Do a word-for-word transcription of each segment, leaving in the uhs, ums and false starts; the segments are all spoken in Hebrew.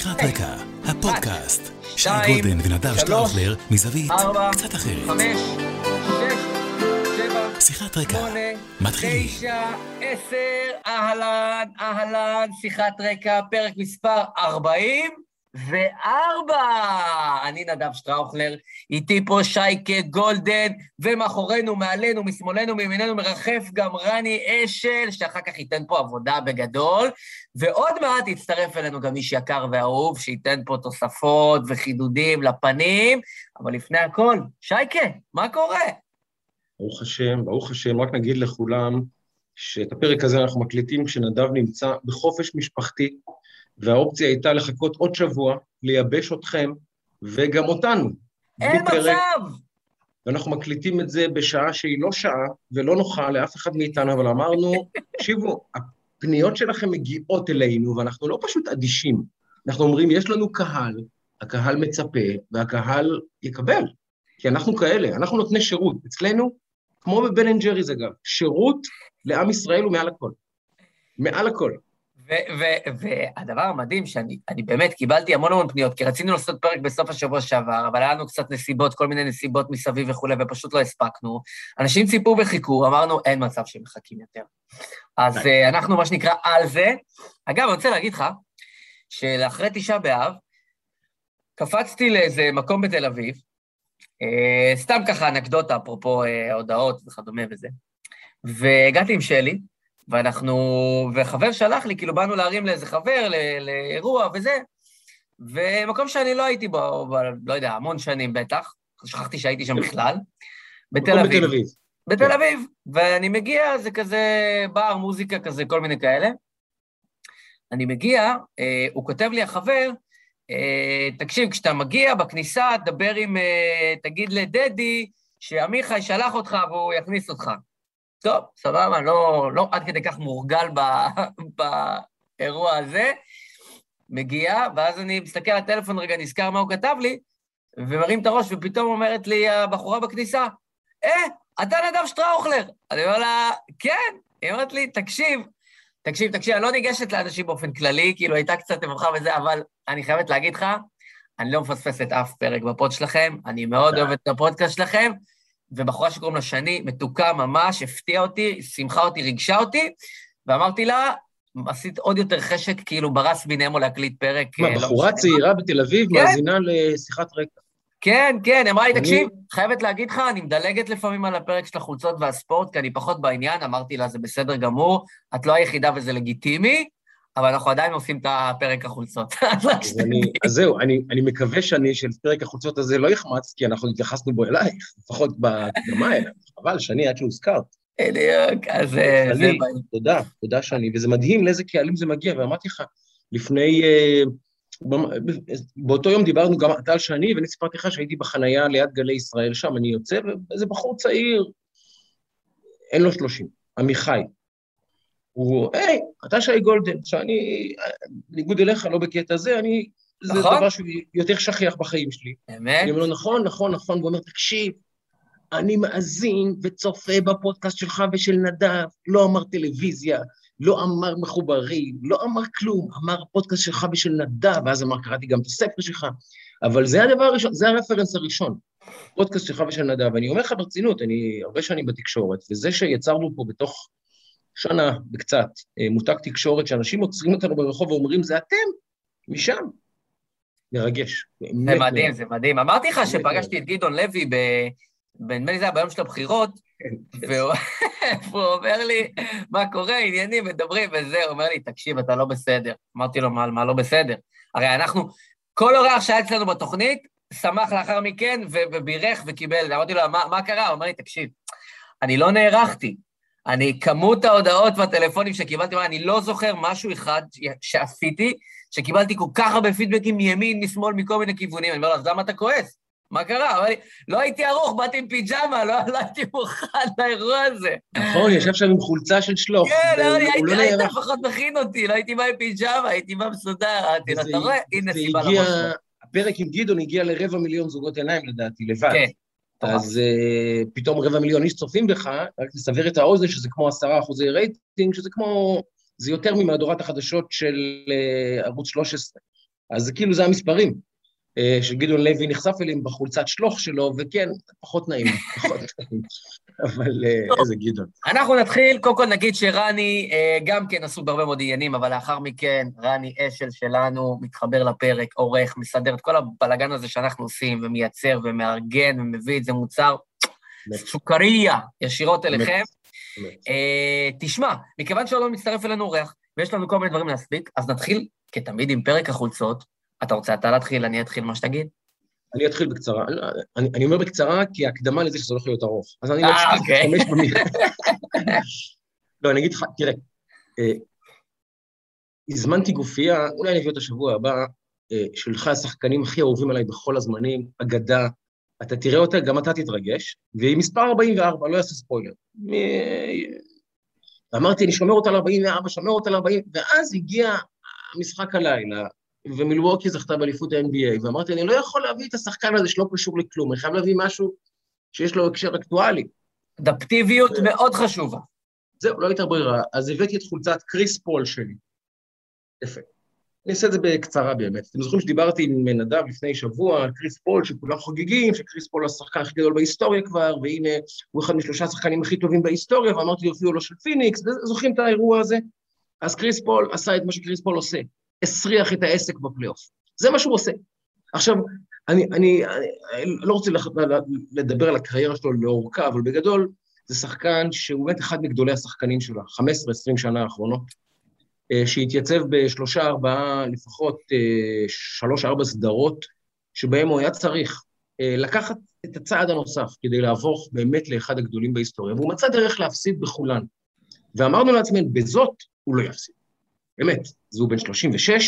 שיחת רקע, הפודקאסט. שי גולדן ונדב שטראוכלר מזווית קצת אחרת. חמש, שש, שבע, שיחת רקע, שמונה, מתחילים. תשע, עשר, אהלן, אהלן, שיחת רקע, פרק מספר ארבעים וארבע. אני נדב שטראוכלר, איתי פה שייקה גולדן, ומאחורינו, מעלינו, משמאלנו, מימיננו, מרחף גם רני אשל, שאחר כך ייתן פה עבודה בגדול, ועוד מעט יצטרף אלינו גם איש יקר ואהוב, שייתן פה תוספות וחידודים לפנים, אבל לפני הכל, שייקה, מה קורה? ברוך השם, ברוך השם, רק נגיד לכולם, שאת הפרק הזה אנחנו מקליטים כשנדב נמצא בחופש משפחתי, והאופציה הייתה לחכות עוד שבוע, לייבש אתכם, וגם אותנו. אין מצב! ואנחנו מקליטים את זה בשעה שהיא לא שעה, ולא נוחה לאף אחד מאיתנו, אבל אמרנו, תקשיבו, הפניות שלכם מגיעות אלינו, ואנחנו לא פשוט אדישים. אנחנו אומרים, יש לנו קהל, הקהל מצפה, והקהל יקבל. כי אנחנו כאלה, אנחנו נותני שירות. אצלנו, כמו בבן אנד ג'ריז אגב, שירות לעם ישראל ומעל הכל. מעל הכל. והדבר המדהים שאני אני באמת קיבלתי המון המון פניות, כי רצינו לעשות פרק בסוף השבוע שעבר, אבל היה לנו קצת נסיבות, כל מיני נסיבות מסביב וכו', ופשוט לא הספקנו. אנשים ציפו וחיכו, אמרנו, אין מצב שהם מחכים יותר. אז אנחנו, מה שנקרא, על זה. אגב, אני רוצה להגיד לך, שלאחרי תשעה באב, קפצתי לאיזה מקום בתל אביב, סתם ככה אנקדוטה, אפרופו הודעות וכדומה וזה, והגעתי עם שלי, ואנחנו, וחבר שלח לי, כאילו באנו להרים לאיזה חבר, לאירוע וזה, ומקום שאני לא הייתי בו, לא יודע, המון שנים בטח, שכחתי שהייתי שם בכלל, בתל אביב. בתל אביב. בתל אביב, ואני מגיע, זה כזה בר, מוזיקה כזה, כל מיני כאלה. אני מגיע, הוא כותב לי החבר, תקשיב, כשאתה מגיע בכניסה, דבר עם, תגיד לדדי, שעמיחי שלח אותך והוא יכניס אותך. טוב, סבבה, לא, לא עד כדי כך מורגל ב, באירוע הזה, מגיע, ואז אני מסתכל על הטלפון רגע, נזכר מה הוא כתב לי, ומרים את הראש, ופתאום אומרת לי הבחורה בכניסה, אה, אתה נדב שטראוכלר. אני אומר לה, כן. היא אומרת לי, תקשיב, תקשיב, תקשיב, אני לא ניגשת לאנשים באופן כללי, כאילו הייתה קצת מבחר וזה, אבל אני חייבת להגיד לך, אני לא מפספסת אף פרק בפוד שלכם, אני מאוד אוהבת את הפודקאסט שלכם, ובחורה שקוראים לה שני, מתוקה ממש, הפתיעה אותי, שמחה אותי, ריגשה אותי, ואמרתי לה, עשית עוד יותר חשק, כאילו ברס בי נמו להקליט פרק. מה, בחורה צעירה בתל אביב, מאזינה לשיחת רקע. כן, כן, אמרה לי, תקשיב, חייבת להגיד לך, אני מדלגת לפעמים על הפרק של החולצות והספורט, כי אני פחות בעניין, אמרתי לה, זה בסדר גמור, את לא היחידה וזה לגיטימי, אבל אנחנו עדיין עושים את הפרק החולצות. אז זהו, אני מקווה שאני של פרק החולצות הזה לא יחמץ, כי אנחנו התייחסנו בו אלייך, לפחות בקדמה האלה, אבל שני, עד שהוזכרת. בדיוק, אז זה... תודה, תודה שני, וזה מדהים לאיזה קהלים זה מגיע, ואמרתי לך, לפני... באותו יום דיברנו גם אתה על שני, ואני סיפרתי לך שהייתי בחנייה ליד גלי ישראל שם, אני יוצא, ואיזה בחור צעיר, אין לו שלושים, עמיחי. הוא, היי, אתה שי גולדן, שאני, ניגוד אליך, לא בקטע הזה, אני, זה דבר שהוא יותר שכיח בחיים שלי. באמת? אני אומר לו, נכון, נכון, נכון, והוא אומר, תקשיב, אני מאזין וצופה בפודקאסט שלך ושל נדב, לא אמר טלוויזיה, לא אמר מחוברים, לא אמר כלום, אמר פודקאסט שלך ושל נדב, ואז אמר, קראתי גם את הספר שלך, אבל זה הדבר הראשון, זה הרפרנס הראשון, פודקאסט שלך ושל נדב, ואני אומר לך ברצינות, אני הרבה שנים בתקשורת, וזה שיצרנו פה בתוך שנה וקצת, מותג תקשורת, שאנשים עוצרים אותנו ברחוב ואומרים, זה אתם, משם. מרגש. זה מדהים, זה מדהים. אמרתי לך שפגשתי את גדעון לוי, בנדמה לי זה היה ביום של הבחירות, והוא אומר לי, מה קורה, עניינים, מדברים, וזה, הוא אומר לי, תקשיב, אתה לא בסדר. אמרתי לו, מה לא בסדר? הרי אנחנו, כל אורח שהיה אצלנו בתוכנית, שמח לאחר מכן, ובירך וקיבל. אמרתי לו, מה קרה? הוא אומר לי, תקשיב, אני לא נערכתי. אני, כמות ההודעות והטלפונים שקיבלתי, אני לא זוכר משהו אחד שעשיתי, שקיבלתי כל כך הרבה פידבקים מימין, משמאל, מכל מיני כיוונים. אני אומר לו, אז למה אתה כועס? מה קרה? אבל לא הייתי ארוך, באתי עם פיג'מה, לא, לא הייתי מוכן לאירוע הזה. נכון, ישב שם עם חולצה של שלוף. כן, לא, הייתי, לא היית לפחות מכין אותי, לא הייתי בא עם פיג'מה, הייתי בא מסודר, אתה רואה? הנה סיבה למשהו. הפרק עם גדעון הגיע לרבע מיליון זוגות עיניים, לדעתי, לבד. כן. אז uh, פתאום רבע מיליון איש צופים בך, רק לסבר את האוזן שזה כמו עשרה אחוזי רייטינג, שזה כמו, זה יותר ממהדורת החדשות של uh, ערוץ שלוש עשרה. אז כאילו זה המספרים, שגדעון לוי נחשף אליהם בחולצת שלוח שלו, וכן, פחות נעים, פחות נעים, אבל איזה גדעון. אנחנו נתחיל, קודם כל נגיד שרני גם כן עשו בהרבה מאוד עניינים, אבל לאחר מכן, רני אשל שלנו מתחבר לפרק, עורך, מסדר את כל הבלגן הזה שאנחנו עושים, ומייצר ומארגן ומביא את זה מוצר, סוכריה, ישירות אליכם. תשמע, מכיוון שלא מצטרף אלינו אורח, ויש לנו כל מיני דברים להספיק, אז נתחיל כתמיד עם פרק החולצות. אתה רוצה אתה להתחיל, אני אתחיל מה שתגיד? אני אתחיל בקצרה. אני, אני אומר בקצרה, כי הקדמה לזה שזה הולך להיות ארוך. אז אני לא אשתמש במילה. לא, אני אגיד לך, תראה, הזמנתי גופייה, אולי אני אביא אותה שבוע הבא, שלך השחקנים הכי אהובים עליי בכל הזמנים, אגדה, אתה תראה אותה, גם אתה תתרגש, והיא מספר ארבעים וארבע, לא יעשה ספוילר. אמרתי, אני שומר אותה ל-ארבעים וארבע, שומר אותה ל-ארבעים, ואז הגיע המשחק הלילה, ומילווקי זכתה באליפות ה-אן בי איי, ואמרתי, אני לא יכול להביא את השחקן הזה שלא קשור לכלום, אני חייב להביא משהו שיש לו הקשר אקטואלי. אדפטיביות מאוד חשובה. זהו, לא הייתה ברירה, אז הבאתי את חולצת קריס פול שלי. יפה. אני אעשה את זה בקצרה באמת. אתם זוכרים שדיברתי עם נדב לפני שבוע על קריס פול, שכולם חוגגים, שקריס פול השחקן הכי גדול בהיסטוריה כבר, והנה הוא אחד משלושה השחקנים הכי טובים בהיסטוריה, ואמרתי, יופיעו לו של פיניקס, זוכרים את האירוע הזה? אז קריס פול עשה את מה שקריס פול עושה, הסריח את העסק בפלייאוף. זה מה שהוא עושה. עכשיו, אני, אני, אני לא רוצה לדבר על הקריירה שלו לאורכה, אבל בגדול, זה שחקן שהוא באמת אחד מגדולי השחקנים שלו, חמש עשרה עשרים שנה האחרונות, שהתייצב בשלושה, ארבעה, לפחות שלוש, ארבע סדרות, שבהם הוא היה צריך לקחת את הצעד הנוסף, כדי לעבור באמת לאחד הגדולים בהיסטוריה, והוא מצא דרך להפסיד בכולן. ואמרנו לעצמנו, בזאת הוא לא יפסיד. באמת, זה הוא בן שלושים ושש,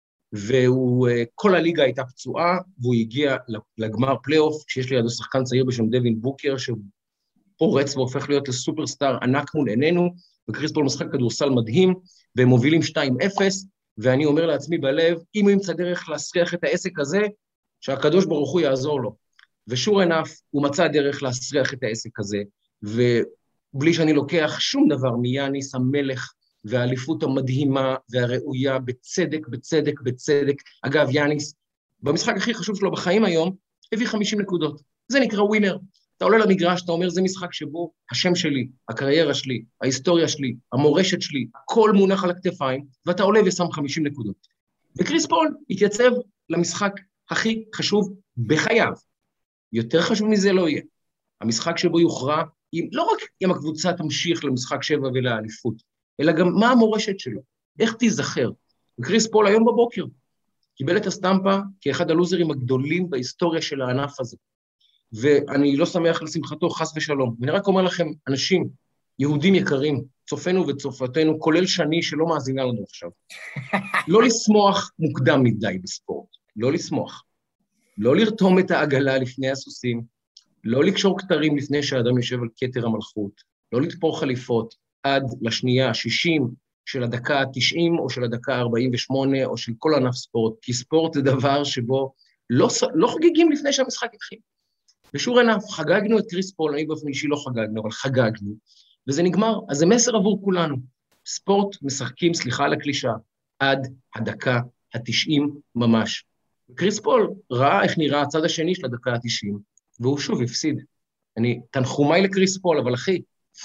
וכל הליגה הייתה פצועה, והוא הגיע לגמר פלייאוף, כשיש לידו שחקן צעיר בשם דווין בוקר, שהוא פורץ והופך להיות לסופרסטאר ענק מול עינינו, וקריס פול משחק כדורסל מדהים, והם מובילים שתיים אפס, ואני אומר לעצמי בלב, אם הוא ימצא דרך להסריח את העסק הזה, שהקדוש ברוך הוא יעזור לו. ושור ענף, הוא מצא דרך להסריח את העסק הזה, ובלי שאני לוקח שום דבר מיאניס המלך, והאליפות המדהימה והראויה בצדק, בצדק, בצדק. אגב, יאניס, במשחק הכי חשוב שלו בחיים היום, הביא חמישים נקודות. זה נקרא ווינר. אתה עולה למגרש, אתה אומר, זה משחק שבו השם שלי, הקריירה שלי, ההיסטוריה שלי, המורשת שלי, הכל מונח על הכתפיים, ואתה עולה ושם חמישים נקודות. וקריס פול התייצב למשחק הכי חשוב בחייו. יותר חשוב מזה לא יהיה. המשחק שבו יוכרע, לא רק אם הקבוצה תמשיך למשחק שבע ולאליפות, אלא גם מה המורשת שלו, איך תיזכר. וקריס פול היום בבוקר קיבל את הסטמפה כאחד הלוזרים הגדולים בהיסטוריה של הענף הזה. ואני לא שמח לשמחתו, חס ושלום. ואני רק אומר לכם, אנשים, יהודים יקרים, צופינו וצופתנו, כולל שני שלא מאזינה לנו עכשיו, לא לשמוח מוקדם מדי בספורט, לא לשמוח. לא לרתום את העגלה לפני הסוסים, לא לקשור כתרים לפני שהאדם יושב על כתר המלכות, לא לתפור חליפות, עד לשנייה ה-שישים של הדקה ה-תשעים, או של הדקה ה-ארבעים ושמונה, או של כל ענף ספורט, כי ספורט זה דבר שבו לא, לא חוגגים לפני שהמשחק התחיל. בשור ענף, חגגנו את קריס פול, אני באופן אישי לא חגגנו, אבל חגגנו, וזה נגמר, אז זה מסר עבור כולנו. ספורט משחקים, סליחה על הקלישה, עד הדקה ה-תשעים ממש. קריס פול ראה איך נראה הצד השני של הדקה ה-תשעים, והוא שוב הפסיד. אני תנחומי לקריס פול, אבל אחי,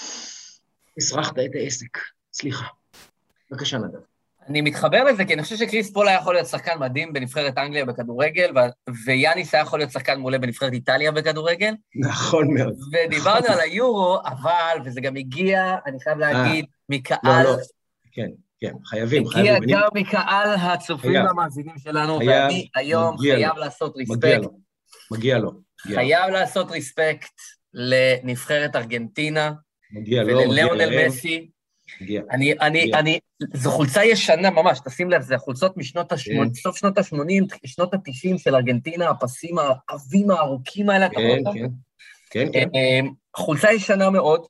הסרחת את העסק, סליחה. בבקשה נדב. אני מתחבר לזה, כי אני חושב שקריס פול היה יכול להיות שחקן מדהים בנבחרת אנגליה בכדורגל, ויאניס היה יכול להיות שחקן מעולה בנבחרת איטליה בכדורגל. נכון מאוד. ודיברנו על היורו, אבל, וזה גם הגיע, אני חייב להגיד, מקהל... לא, לא, כן, כן, חייבים, חייבים. הגיע גם מקהל הצופים המאזינים שלנו, ואני היום חייב לעשות ריספקט. מגיע לו, מגיע לו. חייב לעשות ריספקט לנבחרת ארגנטינה, מגיע לו, ולליאונל מסי. אני, אני, אני, זו חולצה ישנה ממש, תשים לב, זה חולצות משנות ה-שמונים, סוף שנות ה-שמונים, שנות ה-תשעים של ארגנטינה, הפסים העבים הארוכים האלה, אתה רואה אותם? כן, כן. חולצה ישנה מאוד,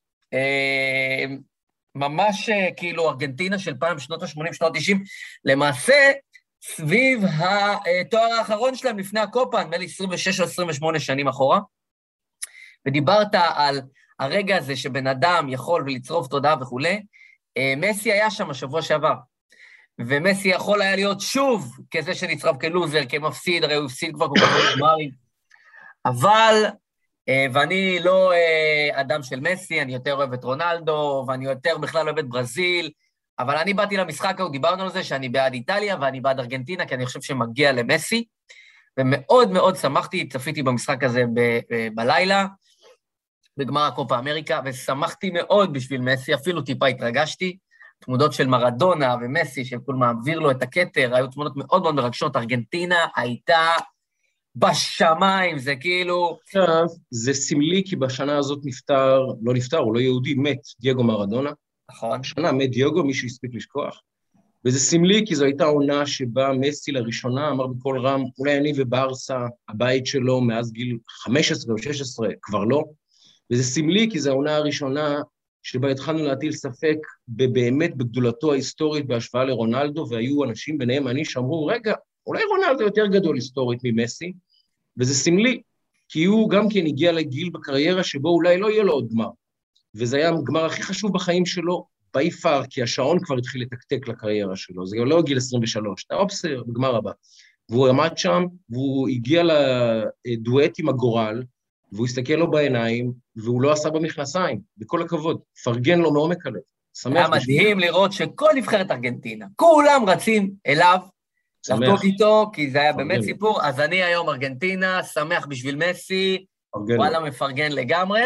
ממש כאילו ארגנטינה של פעם שנות ה-שמונים, שנות ה-תשעים, למעשה סביב התואר האחרון שלהם לפני הקופה, נדמה לי עשרים ושש או עשרים ושמונה שנים אחורה, ודיברת על הרגע הזה שבן אדם יכול ולצרוף תודה וכו', מסי היה שם השבוע שעבר, ומסי יכול היה להיות שוב כזה שנצרב כלוזר, כמפסיד, הרי הוא הפסיד כבר כל כך גמרים. אבל, ואני לא אדם של מסי, אני יותר אוהב את רונלדו, ואני יותר בכלל אוהב את ברזיל, אבל אני באתי למשחק, דיברנו על זה שאני בעד איטליה, ואני בעד ארגנטינה, כי אני חושב שמגיע למסי, ומאוד מאוד שמחתי, צפיתי במשחק הזה ב- ב- בלילה, בגמר הקופה אמריקה, ושמחתי מאוד בשביל מסי, אפילו טיפה התרגשתי, תמונות של מרדונה ומסי, שכול מעביר לו את הכתר, היו תמונות מאוד מאוד מרגשות, ארגנטינה הייתה בשמיים, זה כאילו... עכשיו, זה סמלי, כי בשנה הזאת נפטר, לא נפטר, הוא לא יהודי, מת דייגו מרדונה. נכון. בשנה מת דייגו, מישהו הספיק לשכוח. וזה סמלי, כי זו הייתה עונה שבה מסי לראשונה אמר בכל רם, אולי אני וברסה, הבית שלו מאז גיל חמש עשרה או שש עשרה, כבר לא. וזה סמלי, כי זו העונה הראשונה שבה התחלנו להטיל ספק באמת בגדולתו ההיסטורית בהשוואה לרונלדו, והיו אנשים ביניהם אני שאמרו, רגע, אולי רונלדו יותר גדול היסטורית ממסי, וזה סמלי, כי הוא גם כן הגיע לגיל בקריירה שבו אולי לא יהיה לו עוד גמר. וזה היה הגמר הכי חשוב בחיים שלו, ביפר, כי השעון כבר התחיל לתקתק לקריירה שלו, זה לא גיל עשרים ושלוש, אתה אופסר, בגמר הבא. והוא עמד שם, והוא הגיע לדואט עם הגורל, והוא הסתכל לו בעיניים, והוא לא עשה במכנסיים, בכל הכבוד, פרגן לו מעומק הלב. היה מדהים לראות שכל נבחרת ארגנטינה, כולם רצים אליו, לחתות איתו, כי זה היה באמת סיפור, אז אני היום ארגנטינה, שמח בשביל מסי, וואלה מפרגן לגמרי,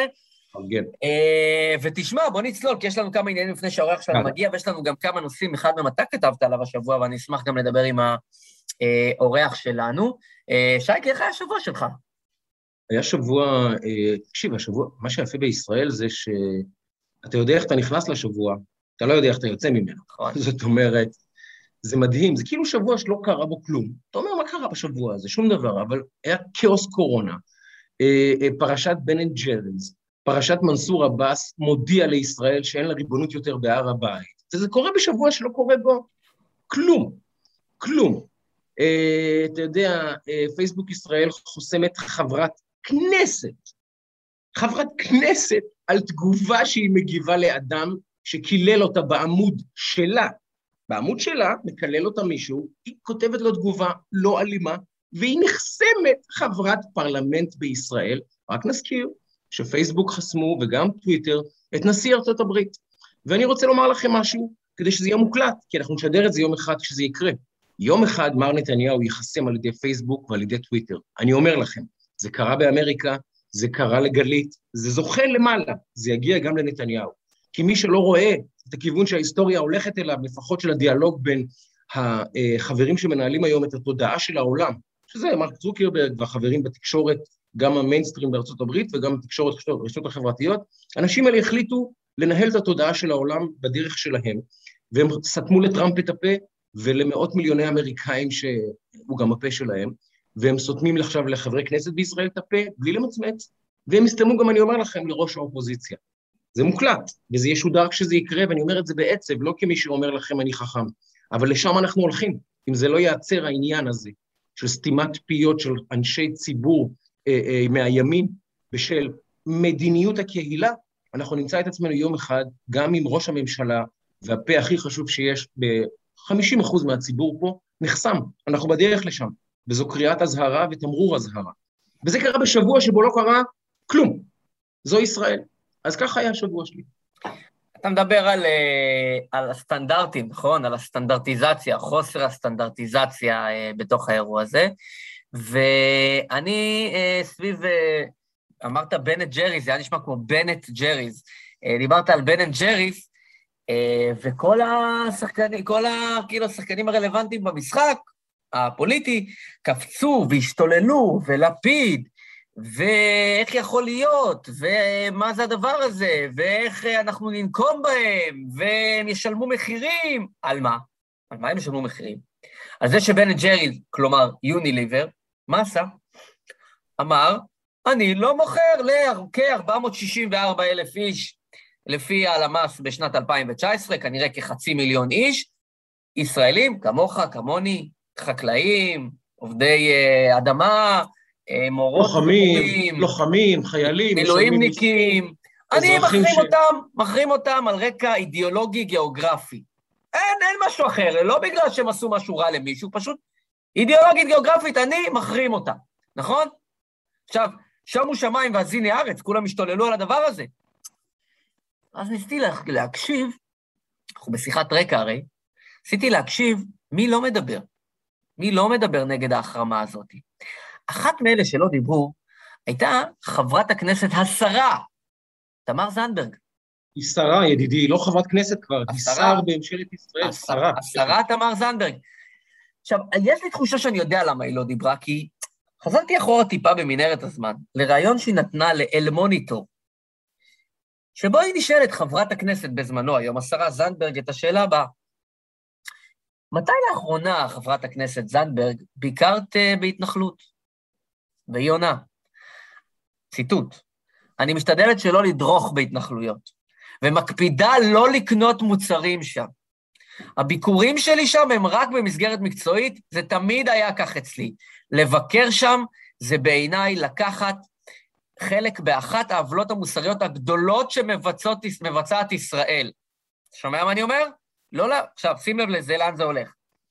ותשמע, בוא נצלול, כי יש לנו כמה עניינים לפני שהאורח שלנו מגיע, ויש לנו גם כמה נושאים, אחד מהם אתה כתבת עליו השבוע, ואני אשמח גם לדבר עם האורח שלנו. שייקי, איך היה השבוע שלך? היה שבוע, תקשיב, השבוע, מה שיפה בישראל זה שאתה יודע איך אתה נכנס לשבוע, אתה לא יודע איך אתה יוצא ממנו. זאת אומרת, זה מדהים, זה כאילו שבוע שלא קרה בו כלום. אתה אומר, מה קרה בשבוע הזה? שום דבר, אבל היה כאוס קורונה, פרשת בן אנד ג'ריס, פרשת מנסור עבאס מודיע לישראל שאין לה ריבונות יותר בהר הבית. זה קורה בשבוע שלא קורה בו כלום, כלום. אתה יודע, פייסבוק ישראל חוסמת חברת כנסת, חברת כנסת על תגובה שהיא מגיבה לאדם שקילל אותה בעמוד שלה, בעמוד שלה מקלל אותה מישהו, היא כותבת לו תגובה לא אלימה, והיא נחסמת חברת פרלמנט בישראל. רק נזכיר שפייסבוק חסמו וגם טוויטר את נשיא ארצות הברית. ואני רוצה לומר לכם משהו כדי שזה יהיה מוקלט, כי אנחנו נשדר את זה יום אחד כשזה יקרה. יום אחד מר נתניהו יחסם על ידי פייסבוק ועל ידי טוויטר. אני אומר לכם, זה קרה באמריקה, זה קרה לגלית, זה זוכה למעלה, זה יגיע גם לנתניהו. כי מי שלא רואה את הכיוון שההיסטוריה הולכת אליו, לפחות של הדיאלוג בין החברים שמנהלים היום את התודעה של העולם, שזה מרק צוקרברג והחברים בתקשורת, גם המיינסטרים בארצות הברית וגם בתקשורת הרשתות החברתיות, האנשים האלה החליטו לנהל את התודעה של העולם בדרך שלהם, והם סתמו לטראמפ את הפה, ולמאות מיליוני אמריקאים שהוא גם הפה שלהם, והם סותמים עכשיו לחברי כנסת בישראל את הפה, בלי למצמץ, והם הסתמו גם, אני אומר לכם, לראש האופוזיציה. זה מוקלט, וזה ישודר כשזה יקרה, ואני אומר את זה בעצב, לא כמי שאומר לכם אני חכם, אבל לשם אנחנו הולכים, אם זה לא ייעצר העניין הזה, של סתימת פיות של אנשי ציבור אה, אה, מהימין, בשל מדיניות הקהילה, אנחנו נמצא את עצמנו יום אחד, גם עם ראש הממשלה, והפה הכי חשוב שיש ב-חמישים אחוז מהציבור פה, נחסם, אנחנו בדרך לשם, וזו קריאת הזהרה ותמרור הזהרה. וזה קרה בשבוע שבו לא קרה כלום, זו ישראל. אז ככה היה השבוע שלי. אתה מדבר על, על הסטנדרטים, נכון? על הסטנדרטיזציה, חוסר הסטנדרטיזציה בתוך האירוע הזה, ואני סביב, אמרת בן אנד ג'ריס, זה היה נשמע כמו בנט ג'ריס, דיברת על בן אנד ג'ריס, וכל השחקנים, כל ה, כאילו, השחקנים הרלוונטיים במשחק הפוליטי, קפצו והשתוללו, ולפיד, ואיך יכול להיות, ומה זה הדבר הזה, ואיך אנחנו ננקום בהם, והם ישלמו מחירים. על מה? על מה הם ישלמו מחירים? על זה שבן אנד ג'ריס, כלומר יוניליבר, מה עשה? אמר, אני לא מוכר לכ-ארבע מאות שישים וארבע אלף איש, לפי הלמ"ס בשנת אלפיים תשע עשרה, כנראה כחצי מיליון איש, ישראלים, כמוך, כמוני, חקלאים, עובדי uh, אדמה, uh, מורות, לוחמים, לוחמים, חיילים, מילואימניקים, אני מחרים ש... אותם, מחרים אותם על רקע אידיאולוגי גיאוגרפי. אין, אין משהו אחר, לא בגלל שהם עשו משהו רע למישהו, פשוט אידיאולוגית גיאוגרפית, אני מחרים אותה, נכון? עכשיו, שומו שמיים והזיני הארץ, כולם השתוללו על הדבר הזה. אז ניסיתי לה, להקשיב, אנחנו בשיחת רקע הרי, ניסיתי להקשיב מי לא מדבר, מי לא מדבר נגד ההחרמה הזאת. אחת מאלה שלא דיברו, הייתה חברת הכנסת השרה, תמר זנדברג. היא שרה, ידידי, היא לא חברת כנסת כבר, היא שר בממשלת ישראל, שרה. השרה תמר זנדברג. עכשיו, יש לי תחושה שאני יודע למה היא לא דיברה, כי חזרתי אחורה טיפה במנהרת הזמן, לרעיון שהיא נתנה לאל מוניטור, שבו היא נשאלת חברת הכנסת בזמנו, היום השרה זנדברג, את השאלה הבאה, מתי לאחרונה, חברת הכנסת זנדברג, ביקרת uh, בהתנחלות? והיא עונה, ציטוט, אני משתדלת שלא לדרוך בהתנחלויות, ומקפידה לא לקנות מוצרים שם. הביקורים שלי שם הם רק במסגרת מקצועית, זה תמיד היה כך אצלי. לבקר שם זה בעיניי לקחת חלק באחת העוולות המוסריות הגדולות שמבצעת ישראל. שומע מה אני אומר? לא, לא. עכשיו, שים לב לזה, לאן זה הולך.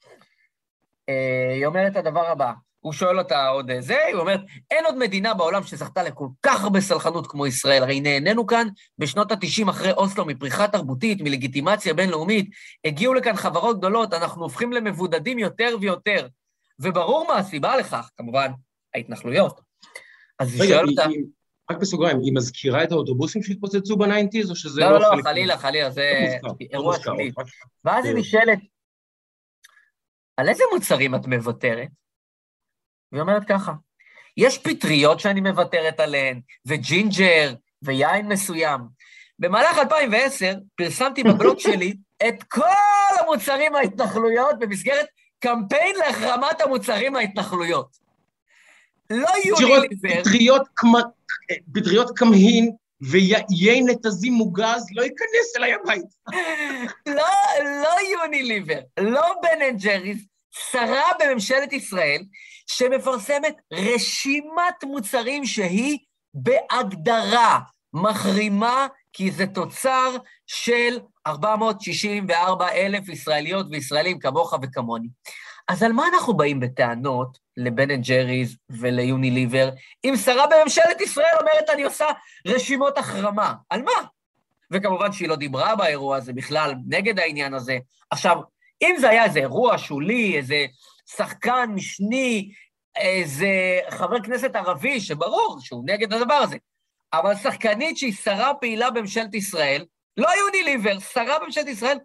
היא אומרת את הדבר הבא, הוא שואל אותה עוד זה, היא אומרת, אין עוד מדינה בעולם שזכתה לכל כך הרבה סלחנות כמו ישראל, הרי נהנינו כאן בשנות ה-תשעים אחרי אוסלו, מפריחה תרבותית, מלגיטימציה בינלאומית, הגיעו לכאן חברות גדולות, אנחנו הופכים למבודדים יותר ויותר, וברור מה הסיבה לכך, כמובן, ההתנחלויות. אז היא שואל אותה... רק בסוגריים, היא מזכירה את האוטובוסים שהתפוצצו בניינטיז, או שזה לא... לא, לא, חלילה, חלילה, זה אירוע שלי. ואז היא נשאלת, על איזה מוצרים את מוותרת? והיא אומרת ככה, יש פטריות שאני מוותרת עליהן, וג'ינג'ר, ויין מסוים. במהלך אלפיים ועשר פרסמתי בבלוג שלי את כל המוצרים ההתנחלויות, במסגרת קמפיין להחרמת המוצרים ההתנחלויות. לא יוניליבר... פטריות כמהין, ויין נתזים מוגז, לא ייכנס אליי הבית. לא, לא יוניליבר, לא בן אנד ג'ריס, שרה בממשלת ישראל, שמפרסמת רשימת מוצרים שהיא בהגדרה מחרימה, כי זה תוצר של ארבע מאות שישים וארבע אלף ישראליות וישראלים כמוך וכמוני. אז על מה אנחנו באים בטענות לבן אנד ג'ריז וליוניליבר, אם שרה בממשלת ישראל אומרת אני עושה רשימות החרמה? על מה? וכמובן שהיא לא דיברה באירוע הזה בכלל נגד העניין הזה. עכשיו, אם זה היה איזה אירוע שולי, איזה שחקן משני, איזה חבר כנסת ערבי, שברור שהוא נגד הדבר הזה, אבל שחקנית שהיא שרה פעילה בממשלת ישראל, לא יוניליבר, שרה בממשלת ישראל,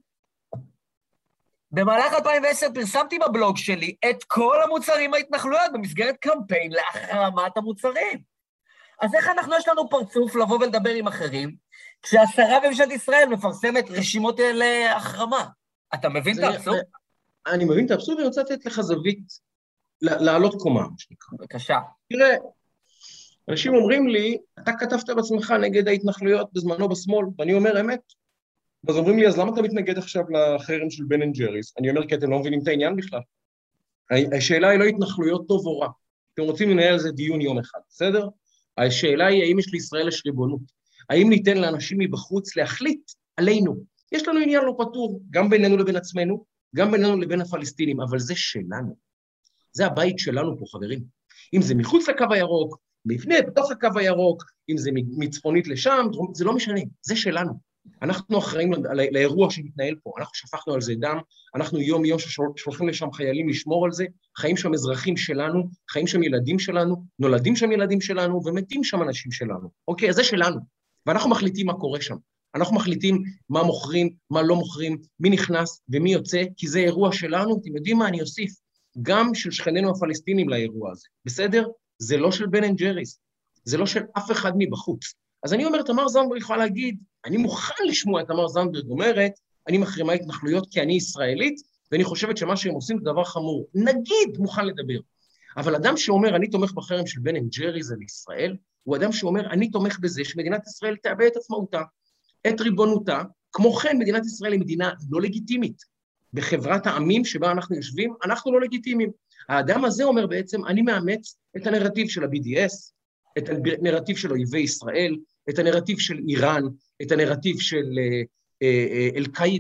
במהלך אלפיים ועשר פרסמתי בבלוג שלי את כל המוצרים ההתנחלויות במסגרת קמפיין להחרמת המוצרים. אז איך אנחנו, יש לנו פרצוף לבוא ולדבר עם אחרים, כשהשרה בממשלת ישראל מפרסמת רשימות להחרמה? אתה מבין את האבסורד? אני מבין את האבסורד, ואני רוצה לתת לך זווית, לעלות קומה. בבקשה. תראה, אנשים אומרים לי, אתה כתבת בעצמך נגד ההתנחלויות בזמנו בשמאל, ואני אומר אמת. אז אומרים לי, אז למה אתה מתנגד עכשיו לחרם של בן אנד ג'ריס? אני אומר, כי אתם לא מבינים את העניין בכלל. השאלה היא לא התנחלויות טוב או רע. אתם רוצים לנהל על זה דיון יום אחד, בסדר? השאלה היא, האם יש לישראל יש ריבונות? האם ניתן לאנשים מבחוץ להחליט עלינו? יש לנו עניין לא פתור, גם בינינו לבין עצמנו, גם בינינו לבין הפלסטינים, אבל זה שלנו. זה הבית שלנו פה, חברים. אם זה מחוץ לקו הירוק, מבנה, בתוך הקו הירוק, אם זה מצפונית לשם, זה לא משנה, זה שלנו. אנחנו אחראים לאירוע שמתנהל פה, אנחנו שפכנו על זה דם, אנחנו יום יום ששולחים לשם חיילים לשמור על זה, חיים שם אזרחים שלנו, חיים שם ילדים שלנו, נולדים שם ילדים שלנו, ומתים שם אנשים שלנו. אוקיי, אז זה שלנו. ואנחנו מחליטים מה קורה שם. אנחנו מחליטים מה מוכרים, מה לא מוכרים, מי נכנס ומי יוצא, כי זה אירוע שלנו, אתם יודעים מה, אני אוסיף, גם של שכנינו הפלסטינים לאירוע הזה. בסדר? זה לא של בן אנד ג'ריס, זה לא של אף אחד מבחוץ. אז אני אומר, תמר זנדברג יכולה להגיד, אני מוכן לשמוע את תמר זנדברג אומרת, אני מחרימה התנחלויות כי אני ישראלית, ואני חושבת שמה שהם עושים זה דבר חמור. נגיד, מוכן לדבר. אבל אדם שאומר, אני תומך בחרם של בן אנד ג'ריס על ישראל, הוא אדם שאומר, אני תומך בזה שמדינת ישראל תאבד את עצמאותה, את ריבונותה, כמו כן מדינת ישראל היא מדינה לא לגיטימית. בחברת העמים שבה אנחנו יושבים, אנחנו לא לגיטימיים. האדם הזה אומר בעצם, אני מאמץ את הנרטיב של ה-בי די אס, את הנרטיב של אויבי ישראל, את הנרטיב של איראן, את הנרטיב של אל-קאידה,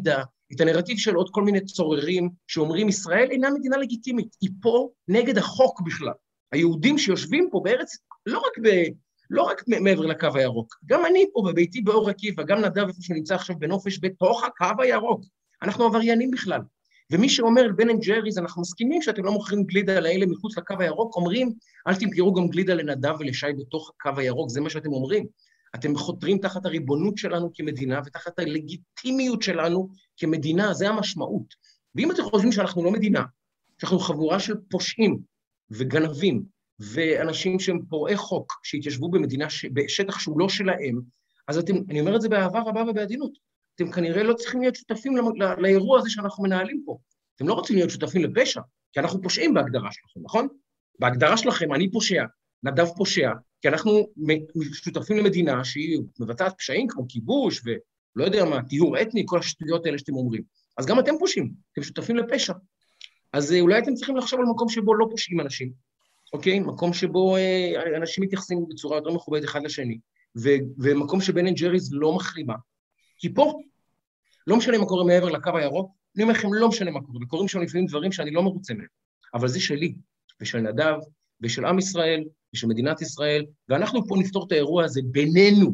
את הנרטיב של עוד כל מיני צוררים שאומרים, ישראל אינה מדינה לגיטימית, היא פה נגד החוק בכלל. היהודים שיושבים פה בארץ, לא רק, ב, לא רק מעבר לקו הירוק, גם אני פה בביתי באור עקיבא, גם נדב איפה שנמצא עכשיו בנופש בתוך הקו הירוק, אנחנו עבריינים בכלל. ומי שאומר בן אנד ג'ריז, אנחנו מסכימים שאתם לא מוכרים גלידה לאלה מחוץ לקו הירוק, אומרים, אל תמכרו גם גלידה לנדב ולשי בתוך הקו הירוק, זה מה שאתם אומרים. אתם חותרים תחת הריבונות שלנו כמדינה, ותחת הלגיטימיות שלנו כמדינה, זה המשמעות. ואם אתם חושבים שאנחנו לא מדינה, שאנחנו חבורה של פושעים וגנבים, ואנשים שהם פורעי חוק, שהתיישבו במדינה, ש... בשטח שהוא לא שלהם, אז אתם, אני אומר את זה באהבה רבה ובעדינות, אתם כנראה לא צריכים להיות שותפים לא... לא... לאירוע הזה שאנחנו מנהלים פה. אתם לא רוצים להיות שותפים לפשע, כי אנחנו פושעים בהגדרה שלכם, נכון? בהגדרה שלכם, אני פושע, נדב פושע, כי אנחנו שותפים למדינה שהיא מבצעת פשעים כמו כיבוש ולא יודע מה, טיהור אתני, כל השטויות האלה שאתם אומרים. אז גם אתם פושעים, אתם שותפים לפשע. אז אולי אתם צריכים לחשוב על מקום שבו לא פושעים אנשים, אוקיי? מקום שבו אה, אנשים מתייחסים בצורה יותר מכובדת אחד לשני, ו- ומקום שבן אנד ג'ריז לא מחרימה. כי פה לא משנה מה קורה מעבר לקו הירוק, אני אומר לכם לא משנה מה קורה, וקוראים שם לפעמים דברים שאני לא מרוצה מהם, אבל זה שלי, ושל נדב, ושל עם ישראל, ושל מדינת ישראל, ואנחנו פה נפתור את האירוע הזה בינינו.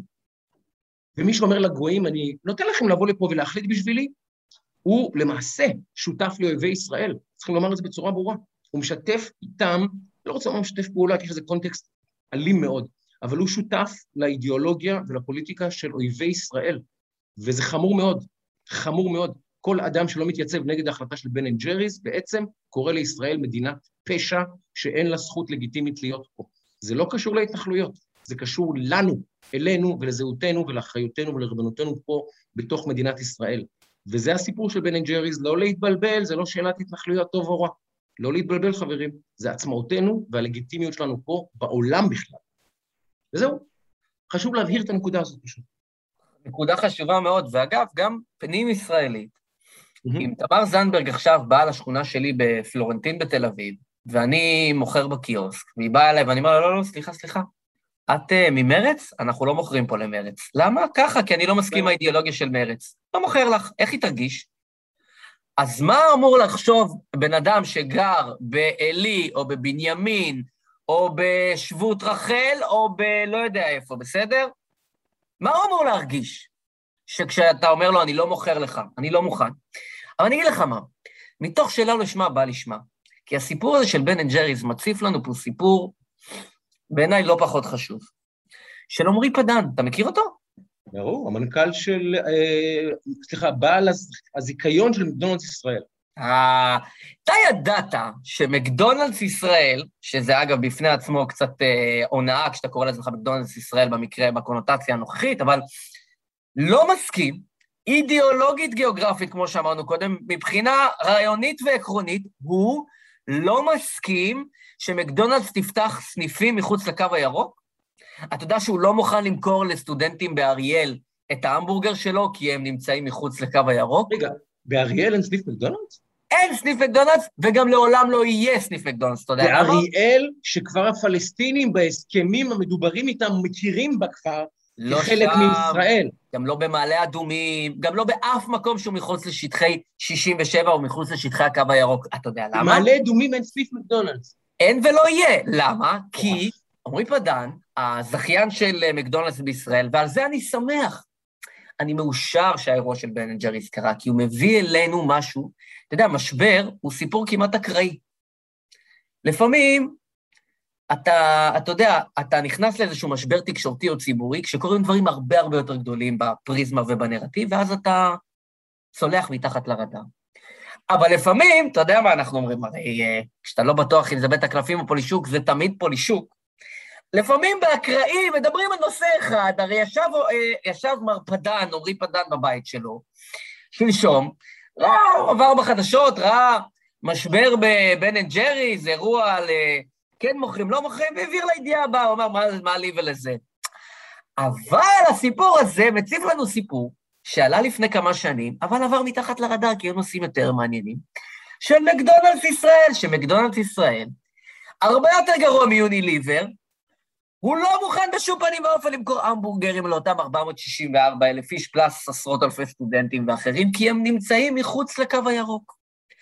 ומי שאומר לגויים, אני נותן לכם לבוא לפה ולהחליט בשבילי, הוא למעשה שותף לאויבי ישראל, צריכים לומר את זה בצורה ברורה, הוא משתף איתם, לא רוצה לומר משתף פעולה, כי יש איזה קונטקסט אלים מאוד, אבל הוא שותף לאידיאולוגיה ולפוליטיקה של אויבי ישראל, וזה חמור מאוד, חמור מאוד. כל אדם שלא מתייצב נגד ההחלטה של בן אנד ג'ריז, בעצם קורא לישראל מדינת פשע שאין לה זכות לגיטימית להיות פה. זה לא קשור להתנחלויות, זה קשור לנו, אלינו ולזהותנו ולאחריותנו ולריבונותנו פה בתוך מדינת ישראל. וזה הסיפור של בן אנד ג'ריז, לא להתבלבל, זה לא שאלת התנחלויות טוב או רע. לא להתבלבל חברים, זה עצמאותנו והלגיטימיות שלנו פה בעולם בכלל. וזהו, חשוב להבהיר את הנקודה הזאת פשוט. נקודה חשובה מאוד, ואגב, גם פנים ישראלית, אם תמר זנדברג עכשיו באה לשכונה שלי בפלורנטין בתל אביב, ואני מוכר בקיוסק, והיא באה אליי ואני אומר לה, לא, לא, סליחה, סליחה, את uh, ממרץ? אנחנו לא מוכרים פה למרץ. למה? ככה, כי אני לא מסכים עם האידיאולוגיה של מרץ. לא מוכר לך, איך היא תרגיש? אז מה אמור לחשוב בן אדם שגר באלי, או בבנימין, או בשבות רחל, או בלא יודע איפה, בסדר? מה הוא אמור להרגיש? שכשאתה אומר לו, אני לא מוכר לך, אני לא מוכן. אבל אני אגיד לך מה, מתוך שאלה לשמה בא לשמה, כי הסיפור הזה של בן אנד ג'ריז מציף לנו פה סיפור, בעיניי לא פחות חשוב, של עמרי פדן, אתה מכיר אותו? ברור, המנכ"ל של, אה, סליחה, בעל הזיכיון של מקדונלדס ישראל. אה, אתה ידעת שמקדונלדס ישראל, שזה אגב בפני עצמו קצת אה, הונאה, כשאתה קורא לעצמך מקדונלדס ישראל במקרה, בקונוטציה הנוכחית, אבל לא מסכים, אידיאולוגית גיאוגרפית, כמו שאמרנו קודם, מבחינה רעיונית ועקרונית, הוא לא מסכים שמקדונלדס תפתח סניפים מחוץ לקו הירוק. אתה יודע שהוא לא מוכן למכור לסטודנטים באריאל את ההמבורגר שלו, כי הם נמצאים מחוץ לקו הירוק. רגע, באריאל אין סניף מקדונלדס? אין סניף מקדונלדס, וגם לעולם לא יהיה סניף מקדונלדס, אתה יודע למה? באריאל, שכבר הפלסטינים בהסכמים המדוברים איתם מכירים בכפר, לא כחלק שם, מישראל. גם לא במעלה אדומים, גם לא באף מקום שהוא מחוץ לשטחי שישים ושבע, או מחוץ לשטחי הקו הירוק. אתה יודע למה? במעלה אדומים אין סניף מקדונלדס. אין ולא יהיה. למה? כי עמרי פדן, הזכיין של מקדונלדס בישראל, ועל זה אני שמח. אני מאושר שהאירוע של בן אנד ג'ריז קרה, כי הוא מביא אלינו משהו, אתה יודע, משבר הוא סיפור כמעט אקראי. לפעמים, אתה, אתה יודע, אתה נכנס לאיזשהו משבר תקשורתי או ציבורי, כשקוראים דברים הרבה הרבה יותר גדולים בפריזמה ובנרטיב, ואז אתה צולח מתחת לרדאר. אבל לפעמים, אתה יודע מה אנחנו אומרים, הרי כשאתה לא בטוח אם זה בית הקלפים או פולישוק, זה תמיד פולישוק. לפעמים באקראי מדברים על נושא אחד, הרי ישב, ישב מר פדן, עמרי פדן בבית שלו, שלשום, ראה, הוא עבר בחדשות, ראה משבר בבן אנד ג'ריז, אירוע על כן מוכרים, לא מוכרים, והעביר לידיעה הבאה, הוא אמר, מה, מה לי ולזה? אבל הסיפור הזה מציף לנו סיפור, שעלה לפני כמה שנים, אבל עבר מתחת לרדאר, כי היו נושאים יותר מעניינים, של מקדונלדס ישראל, שמקדונלדס ישראל, הרבה יותר גרוע מיוניליבר, הוא לא מוכן בשום פנים ואופן למכור המבורגרים לאותם ארבע מאות שישים וארבע אלף איש, פלוס עשרות אלפי סטודנטים ואחרים, כי הם נמצאים מחוץ לקו הירוק.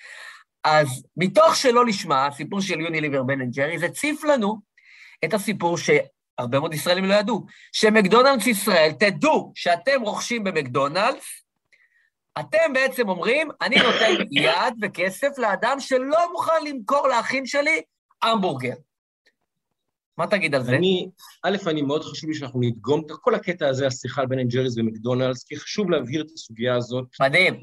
אז מתוך שלא לשמה, הסיפור של יוניליבר בן אנד ג'ריס, זה ציף לנו את הסיפור שהרבה מאוד ישראלים לא ידעו, שמקדונלדס ישראל, תדעו שאתם רוכשים במקדונלדס, אתם בעצם אומרים, אני נותן יד וכסף לאדם שלא מוכן למכור לאחים שלי המבורגר. מה תגיד על זה? אני, א', אני מאוד חשוב לי שאנחנו נדגום את כל הקטע הזה, השיחה על בן אנד ג'ריס ומקדונלדס, כי חשוב להבהיר את הסוגיה הזאת. מדהים.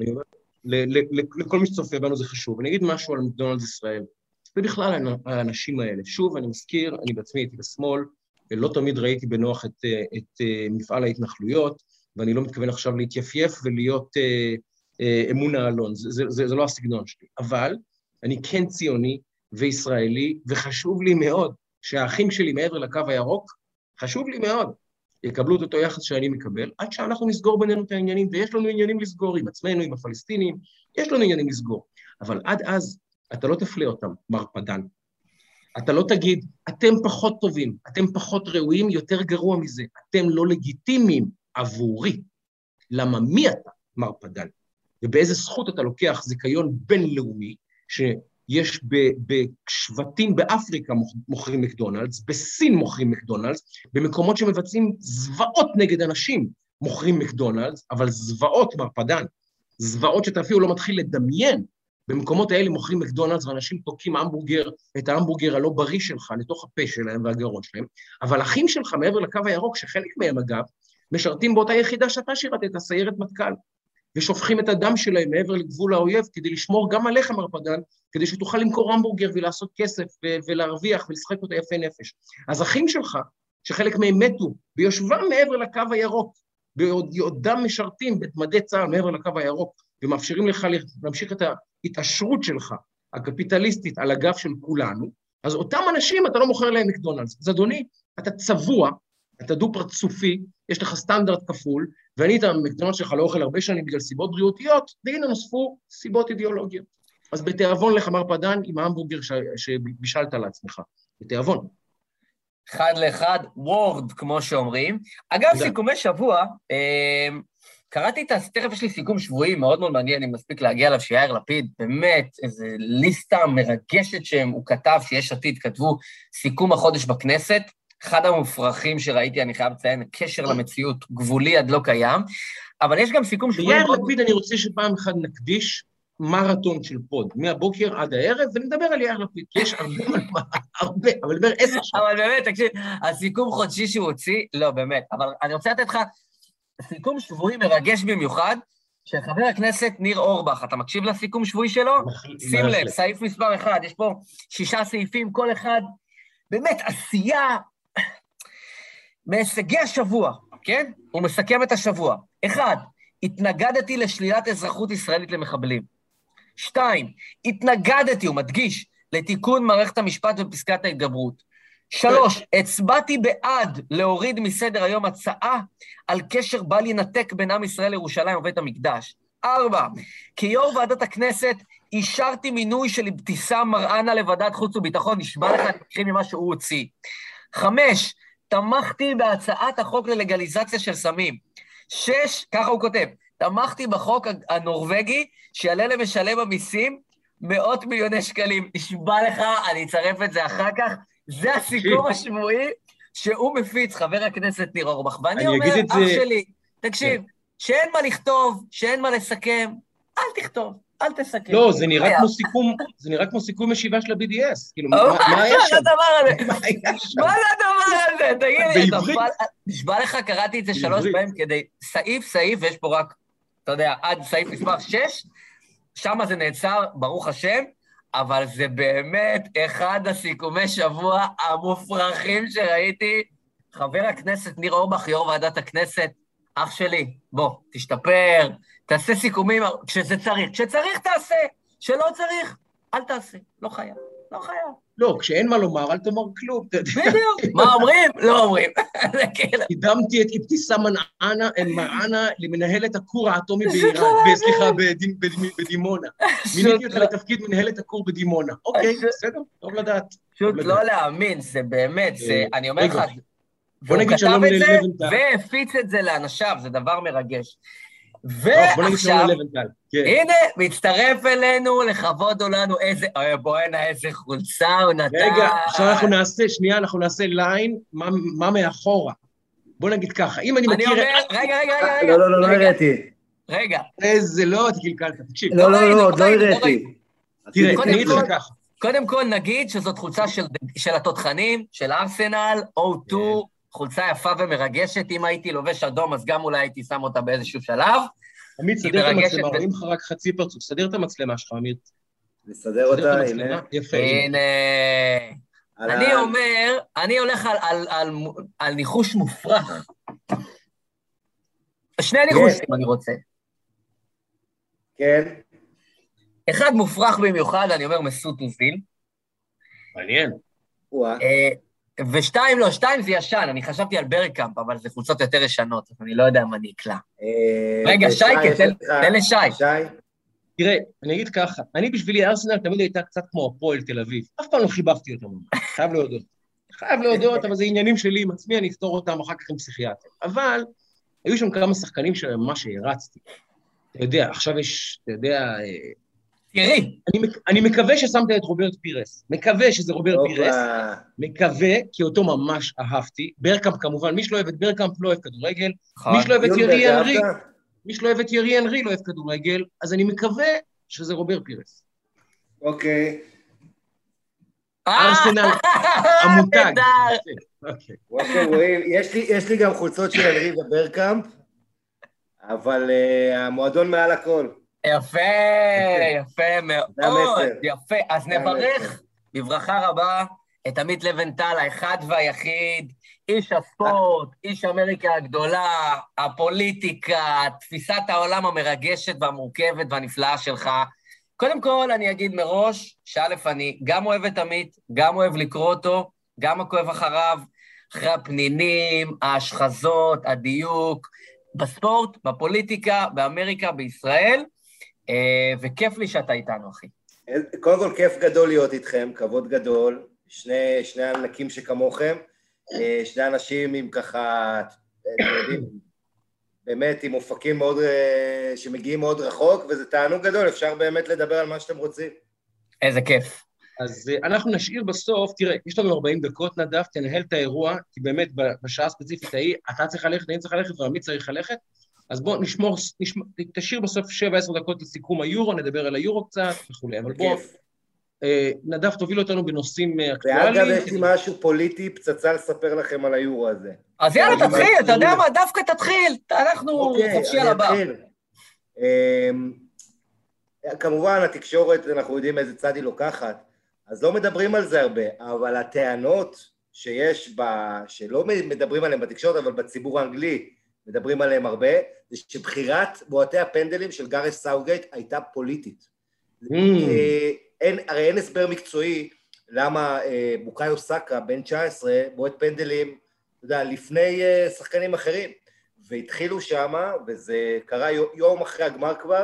לכל מי שצופה בנו זה חשוב. אני אגיד משהו על מקדונלדס ישראל, ובכלל האנשים האלה. שוב, אני מזכיר, אני בעצמי הייתי בשמאל, לא תמיד ראיתי בנוח את, את מפעל ההתנחלויות, ואני לא מתכוון עכשיו להתייפייף ולהיות אה, אה, אמון העלון, זה, זה, זה, זה לא הסגנון שלי. אבל אני כן ציוני וישראלי, וחשוב לי מאוד שהאחים שלי מעבר לקו הירוק, חשוב לי מאוד, יקבלו את אותו יחס שאני מקבל, עד שאנחנו נסגור בינינו את העניינים, ויש לנו עניינים לסגור עם עצמנו, עם הפלסטינים, יש לנו עניינים לסגור. אבל עד אז, אתה לא תפלה אותם, מר פדן. אתה לא תגיד, אתם פחות טובים, אתם פחות ראויים, יותר גרוע מזה, אתם לא לגיטימיים עבורי. למה מי אתה, מר פדן? ובאיזה זכות אתה לוקח זיכיון בינלאומי, שיש בשבטים באפריקה מוכרים מקדונלדס, בסין מוכרים מקדונלדס, במקומות שמבצעים זוועות נגד אנשים מוכרים מקדונלדס, אבל זוועות, מר פדן, זוועות שאתה אפילו לא מתחיל לדמיין, במקומות האלה מוכרים מקדונלדס, ואנשים תוקעים המבורגר, את ההמבורגר הלא בריא שלך, לתוך הפה שלהם והגרון שלהם, אבל אחים שלך מעבר לקו הירוק, שחלק מהם אגב, משרתים באותה יחידה שאתה שירת, את הסיירת מטכ"ל, ושופכים את הדם שלהם מעבר לגבול האויב, כדי לשמור גם עליך מרפדן, כדי שתוכל למכור המבורגר ולעשות כסף, ו- ולהרוויח ולשחק אותה יפה נפש. אז אחים שלך, שחלק מהם מתו, ביושבם מעבר לקו הירוק, בעודם משרתים בתמדי צה"ל מעבר לקו הירוק, ומאפשרים לך להמשיך את ההתעשרות שלך, הקפיטליסטית, על הגב של כולנו, אז אותם אנשים אתה לא מוכר להם מקדונלדס. אז אדוני, אתה צבוע, אתה דו פרצופי, יש לך סטנדרט כפול, ואני את המקדונלדס שלך לא אוכל הרבה שנים בגלל סיבות בריאותיות, והנה נוספו סיבות אידיאולוגיות. אז בתיאבון לך מר פדן עם ההמבורגר שבישלת לעצמך, בתיאבון. אחד לאחד, וורד, כמו שאומרים. אגב, סיכומי שבוע, קראתי את, תכף יש לי סיכום שבועי מאוד מאוד מעניין, אם מספיק להגיע אליו שיאיר לפיד, באמת, איזו ליסטה מרגשת שהוא כתב, שיש עתיד, כתבו סיכום החודש בכנסת, אחד המופרכים שראיתי, אני חייב לציין, קשר למציאות גבולי עד לא קיים, אבל יש גם סיכום שבועי... יאיר לפיד, אני רוצה שפעם אחת נקדיש מרתון של פוד, מהבוקר עד הערב, ונדבר על יאיר לפיד, כי יש הרבה, הרבה, אבל דבר עשר שעות. אבל באמת, תקשיב, הסיכום חודשי שהוא הוציא, לא, באמת, אבל אני רוצה לתת לך סיכום שבועי מרגש במיוחד, של חבר הכנסת ניר אורבך, אתה מקשיב לסיכום שבועי שלו? שים לב, סעיף מספר אחד, יש פה שישה סעיפים, כל אחד, באמת, עשייה, מהישגי השבוע, כן? הוא מסכם את השבוע. אחד, התנגדתי לשלילת אזרחות ישראלית למחבלים. שתיים, התנגדתי, הוא מדגיש, לתיקון מערכת המשפט ופסקת ההתגברות. שלוש, הצבעתי בעד להוריד מסדר היום הצעה על קשר בל ינתק בין עם ישראל לירושלים ובית המקדש. ארבע, כיו"ר ועדת הכנסת, אישרתי מינוי של אבתיסאם מראענה לוועדת חוץ וביטחון, נשבע לך, תקחי ממה שהוא הוציא. חמש, תמכתי בהצעת החוק ללגליזציה של סמים. שש, ככה הוא כותב, תמכתי בחוק הנורווגי, שיעלה למשלם המיסים מאות מיליוני שקלים. נשבע לך, אני אצרף את זה אחר כך, זה הסיכום השבועי שהוא מפיץ, חבר הכנסת ניר אורבך. ואני אומר, אח שלי, תקשיב, שאין מה לכתוב, שאין מה לסכם, אל תכתוב, אל תסכם. לא, זה נראה כמו סיכום, זה נראה כמו סיכום ישיבה של ה-בי די אס. כאילו, מה היה שם? מה זה הדבר הזה? תגיד לי, נשבע לך, קראתי את זה שלוש פעמים כדי סעיף, סעיף, ויש פה רק, אתה יודע, עד סעיף מספר שש, שם זה נעצר, ברוך השם, אבל זה באמת אחד הסיכומי שבוע המופרכים שראיתי. חבר הכנסת ניר אורבך, יו"ר ועדת הכנסת, אח שלי, בוא, תשתפר, תעשה סיכומים כשזה צריך. כשצריך תעשה, שלא צריך, אל תעשה, לא חייב, לא חייב. לא, כשאין מה לומר, אל תאמר כלום. בדיוק, מה אומרים? לא אומרים. קידמתי את אבתיסאם מראענה למנהלת הכור האטומי באיראן, סליחה, בדימונה. מיניתי אותה לתפקיד מנהלת הכור בדימונה. אוקיי, בסדר, טוב לדעת. פשוט לא להאמין, זה באמת, אני אומר לך, בוא נגיד שלום ללבנטל. והפיץ את זה לאנשיו, זה דבר מרגש. בוא נגיד שלום ללבנטל. הנה, מצטרף אלינו, לכבוד לנו איזה, בוא הנה איזה חולצה הוא נתן. רגע, עכשיו אנחנו נעשה, שנייה, אנחנו נעשה ליין, מה מאחורה. בוא נגיד ככה, אם אני מכיר... אני אומר, רגע, רגע, רגע. לא, לא, לא, לא הראיתי. רגע. איזה לא, תקלקלת, תקשיב. לא, לא, לא, עוד לא הראיתי. תראה, אני אגיד לך ככה. קודם כל נגיד שזאת חולצה של התותחנים, של ארסנל, או טו, חולצה יפה ומרגשת, אם הייתי לובש אדום, אז גם אולי הייתי שם אותה באיזשהו שלב. עמית, סדר את המצלמה, רואים לך רק חצי פרצוף, סדר את המצלמה שלך, עמית. נסדר אותה, הנה. יפה. הנה. אני אומר, אני הולך על ניחוש מופרך. שני ניחושים אני רוצה. כן. אחד מופרך במיוחד, אני אומר מסות אוזיל. מעניין. ושתיים לא, שתיים זה ישן, אני חשבתי על ברקאמפ, אבל זה חולצות יותר ישנות, אז אני לא יודע מה נקלע. רגע, שייקה, תן לשי. תראה, אני אגיד ככה, אני בשבילי ארסנל תמיד הייתה קצת כמו הפועל תל אביב, אף פעם לא חיבבתי אותם, חייב להודות. חייב להודות, אבל זה עניינים שלי עם עצמי, אני אפתור אותם אחר כך עם פסיכיאטר. אבל היו שם כמה שחקנים שממש הרצתי. אתה יודע, עכשיו יש, אתה יודע... תראי. אני מקווה ששמת את רוברט פירס. מקווה שזה רוברט פירס. מקווה, כי אותו ממש אהבתי. ברקאמפ כמובן, מי שלא אוהב את ברקאמפ לא אוהב כדורגל. מי שלא אוהב את ירי אנרי, מי שלא אוהב את ירי אנרי לא אוהב כדורגל. אז אני מקווה שזה רוברט פירס. אוקיי. ארסנל, המותג. יש לי גם חולצות של אנרי וברקאמפ, אבל המועדון מעל הכל. יפה, יפה מאוד, יפה. אז נברך בברכה רבה את עמית לבנטל, האחד והיחיד, איש הספורט, איש אמריקה הגדולה, הפוליטיקה, תפיסת העולם המרגשת והמורכבת והנפלאה שלך. קודם כל אני אגיד מראש, שא' אני גם אוהב את עמית, גם אוהב לקרוא אותו, גם עוקב אחריו, אחרי הפנינים, ההשחזות, הדיוק, בספורט, בפוליטיקה, באמריקה, בישראל, וכיף לי שאתה איתנו, אחי. קודם כל, כיף גדול להיות איתכם, כבוד גדול, שני, שני ענקים שכמוכם, שני אנשים עם ככה, אתם יודעים, באמת עם אופקים מאוד, שמגיעים מאוד רחוק, וזה תענוג גדול, אפשר באמת לדבר על מה שאתם רוצים. איזה כיף. אז אנחנו נשאיר בסוף, תראה, יש לנו ארבעים דקות נדב, תנהל את האירוע, כי באמת בשעה הספציפית ההיא, אתה צריך ללכת, אני צריך ללכת, ועמית צריך ללכת, אז בוא נשמור, נשמור, תשאיר בסוף שבע עשר דקות לסיכום היורו, נדבר על היורו קצת וכו', אבל בוא, אה, נדב תוביל אותנו בנושאים אקטואליים. ואגב, יש לי משהו פוליטי, פצצה לספר לכם על היורו הזה. אז יאללה, תתחיל, אתה יודע מה, דווקא תתחיל, אנחנו חופשי על הבא. כמובן, התקשורת, אנחנו יודעים איזה צד היא לוקחת, אז לא מדברים על זה הרבה, אבל הטענות שיש בה, שלא מדברים עליהן בתקשורת, אבל בציבור האנגלי, מדברים עליהם הרבה, זה שבחירת בועטי הפנדלים של גארת' סאות'גייט הייתה פוליטית. Mm. אין, הרי אין הסבר מקצועי למה בוקאיו סאקה, בן תשע עשרה, בועט פנדלים, אתה יודע, לפני שחקנים אחרים, והתחילו שמה, וזה קרה יום אחרי הגמר כבר,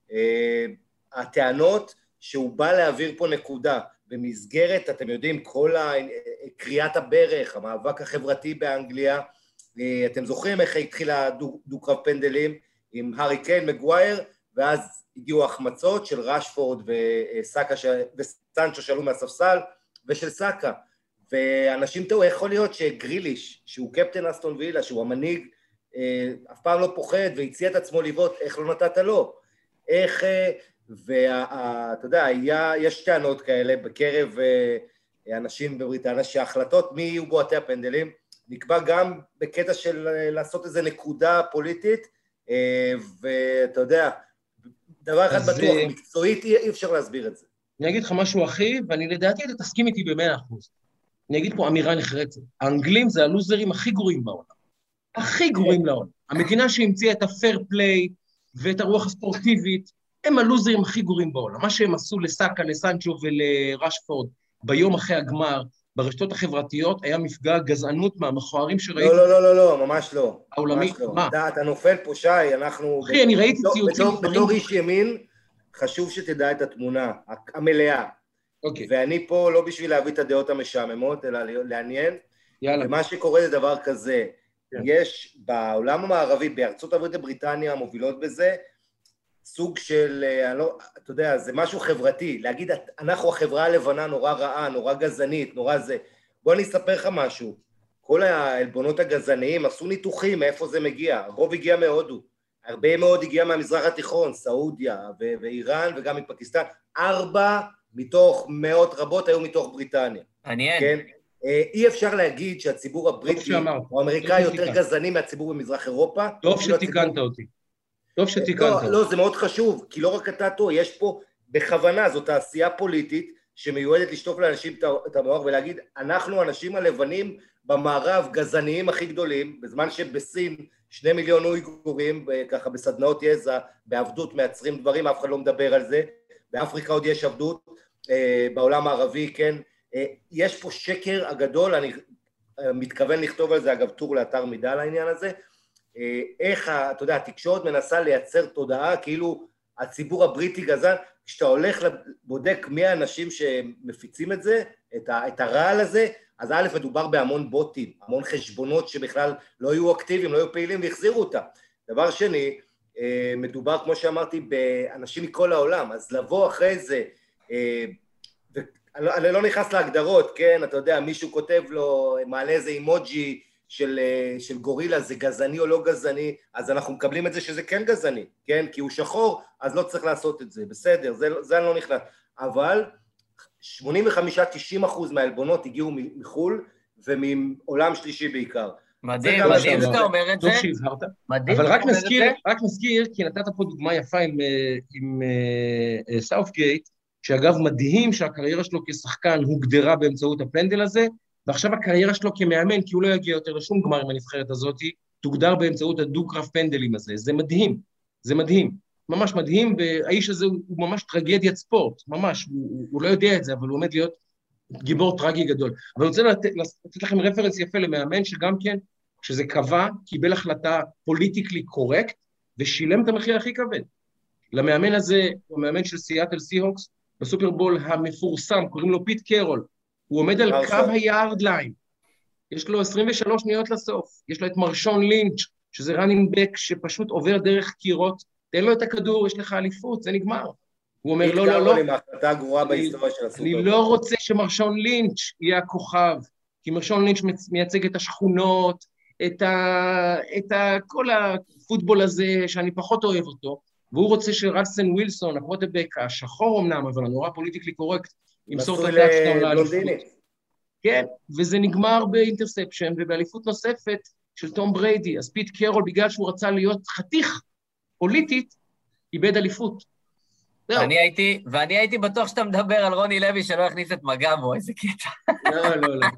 הטענות שהוא בא להעביר פה נקודה, במסגרת, אתם יודעים, כל קריאת הברך, המאבק החברתי באנגליה, אתם זוכרים איך התחילה דו-קרב פנדלים עם הארי קיין, מגווייר, ואז הגיעו החמצות של רשפורד וסאקה וסנצ'ו שעלו מהספסל, ושל סאקה. ואנשים תראו, יכול להיות שגריליש, שהוא קפטן אסטון וילה, שהוא המנהיג, אף פעם לא פוחד והציע את עצמו לבעוט, איך לא נתת לו? איך, ואתה יודע, יש טענות כאלה בקרב אנשים בבריטניה, שההחלטות מי יהיו בועטי הפנדלים, נקבע גם בקטע של לעשות איזו נקודה פוליטית, ואתה יודע, דבר אחד בטוח, מקצועית אי אפשר להסביר את זה. אני אגיד לך משהו אחי, ואני לדעתי אתה תסכים איתי במאה אחוז. אני אגיד פה אמירה נחרצת. האנגלים זה הלוזרים הכי גרועים בעולם. הכי גרועים לעולם. המדינה שהמציאה את הפייר פליי ואת הרוח הספורטיבית, הם הלוזרים הכי גרועים בעולם. מה שהם עשו לסאקה, לסנצ'ו ולרשפורד ביום אחרי הגמר, ברשתות החברתיות, היה מפגע גזענות מהמכוערים שראיתי. לא, לא, לא, לא, לא, ממש לא. העולמי, מה? אתה נופל פה, שי, אנחנו... אחי, אני ראיתי ציוצים... בתור איש ימין, חשוב שתדע את התמונה המלאה. אוקיי. ואני פה לא בשביל להביא את הדעות המשעממות, אלא לעניין, יאללה. ומה שקורה זה דבר כזה, כן. יש בעולם המערבי, בארצות הברית ובריטניה המובילות בזה, סוג של, לא, אתה יודע, זה משהו חברתי, להגיד, אנחנו החברה הלבנה נורא רעה, נורא גזענית, נורא זה. בוא אני אספר לך משהו, כל העלבונות הגזעניים עשו ניתוחים, מאיפה זה מגיע, הרוב הגיע מהודו, הרבה מאוד הגיע מהמזרח התיכון, סעודיה ו- ואיראן וגם מפקיסטן, ארבע מתוך מאות רבות היו מתוך בריטניה. מעניין. כן? אי אפשר להגיד שהציבור הבריטי או האמריקאי יותר גזעני מהציבור במזרח אירופה. טוב שתיקנת אותי. טוב שתיקנת. לא, לא, זה מאוד חשוב, כי לא רק אתה טוב, יש פה בכוונה, זאת תעשייה פוליטית שמיועדת לשטוף לאנשים את המוח ולהגיד, אנחנו אנשים הלבנים במערב גזעניים הכי גדולים, בזמן שבסין שני מיליון אויגורים, ככה בסדנאות יזע, בעבדות מייצרים דברים, אף אחד לא מדבר על זה, באפריקה עוד יש עבדות, בעולם הערבי, כן, יש פה שקר הגדול, אני מתכוון לכתוב על זה, אגב, טור לאתר מידע על העניין הזה, איך, אתה יודע, התקשורת מנסה לייצר תודעה, כאילו הציבור הבריטי גזען, כשאתה הולך לבודק מי האנשים שמפיצים את זה, את, ה, את הרעל הזה, אז א' מדובר בהמון בוטים, המון חשבונות שבכלל לא יהיו אקטיביים, לא יהיו פעילים והחזירו אותם. דבר שני, מדובר, כמו שאמרתי, באנשים מכל העולם, אז לבוא אחרי זה, אני לא נכנס להגדרות, כן, אתה יודע, מישהו כותב לו, מעלה איזה אימוג'י של, של גורילה, זה גזעני או לא גזעני, אז אנחנו מקבלים את זה שזה כן גזעני, כן, כי הוא שחור, אז לא צריך לעשות את זה, בסדר, זה, זה אני לא נכנס, אבל שמונים וחמש עד תשעים אחוז מהעלבונות הגיעו מחול, ומעולם שלישי בעיקר. מדהים, מדהים שאתה אומר את זה. טוב שהבהרת. אבל רק נזכיר, רק נזכיר, כי נתת פה דוגמה יפה עם, עם uh, סאות'גייט, שאגב מדהים שהקריירה שלו כשחקן הוגדרה באמצעות הפנדל הזה, ועכשיו הקריירה שלו כמאמן, כי הוא לא יגיע יותר לשום גמר עם הנבחרת הזאת, תוגדר באמצעות הדו-קרב פנדלים הזה. זה מדהים, זה מדהים, ממש מדהים, והאיש הזה הוא, הוא ממש טרגדיית ספורט, ממש, הוא, הוא, הוא לא יודע את זה, אבל הוא עומד להיות גיבור טרגי גדול. אבל אני רוצה לתת, לתת לכם רפרנס יפה למאמן, שגם כן, שזה קבע, קיבל החלטה פוליטיקלי קורקט, ושילם את המחיר הכי כבד. למאמן הזה, הוא מאמן של סיאטל סי-הוקס, בסופרבול המפורסם, קוראים לו פיט קרול, הוא עומד על קו היארד ליין, יש לו עשרים ושלוש שניות לסוף, יש לו את מרשון לינץ', שזה ראנינג בק שפשוט עובר דרך קירות, תן לו את הכדור, יש לך אליפות, זה נגמר. הוא אומר, לא, לא, לא, אני לא רוצה שמרשון לינץ' יהיה הכוכב, כי מרשון לינץ' מייצג את השכונות, את, ה, את ה, כל הפוטבול הזה שאני פחות אוהב אותו, והוא רוצה שרסן ווילסון, הקווטרבק השחור אמנם, אבל הנורא פוליטיקלי קורקט, ימסור את הטאצ'דאון לאליפות. כן, וזה נגמר באינטרספשן ובאליפות נוספת של תום בריידי. אז פיט קרול, בגלל שהוא רצה להיות חתיך פוליטית, איבד אליפות. אני הייתי, ואני הייתי בטוח שאתה מדבר על רוני לוי שלא הכניס את מגבו, איזה קטע. לא, לא, לא.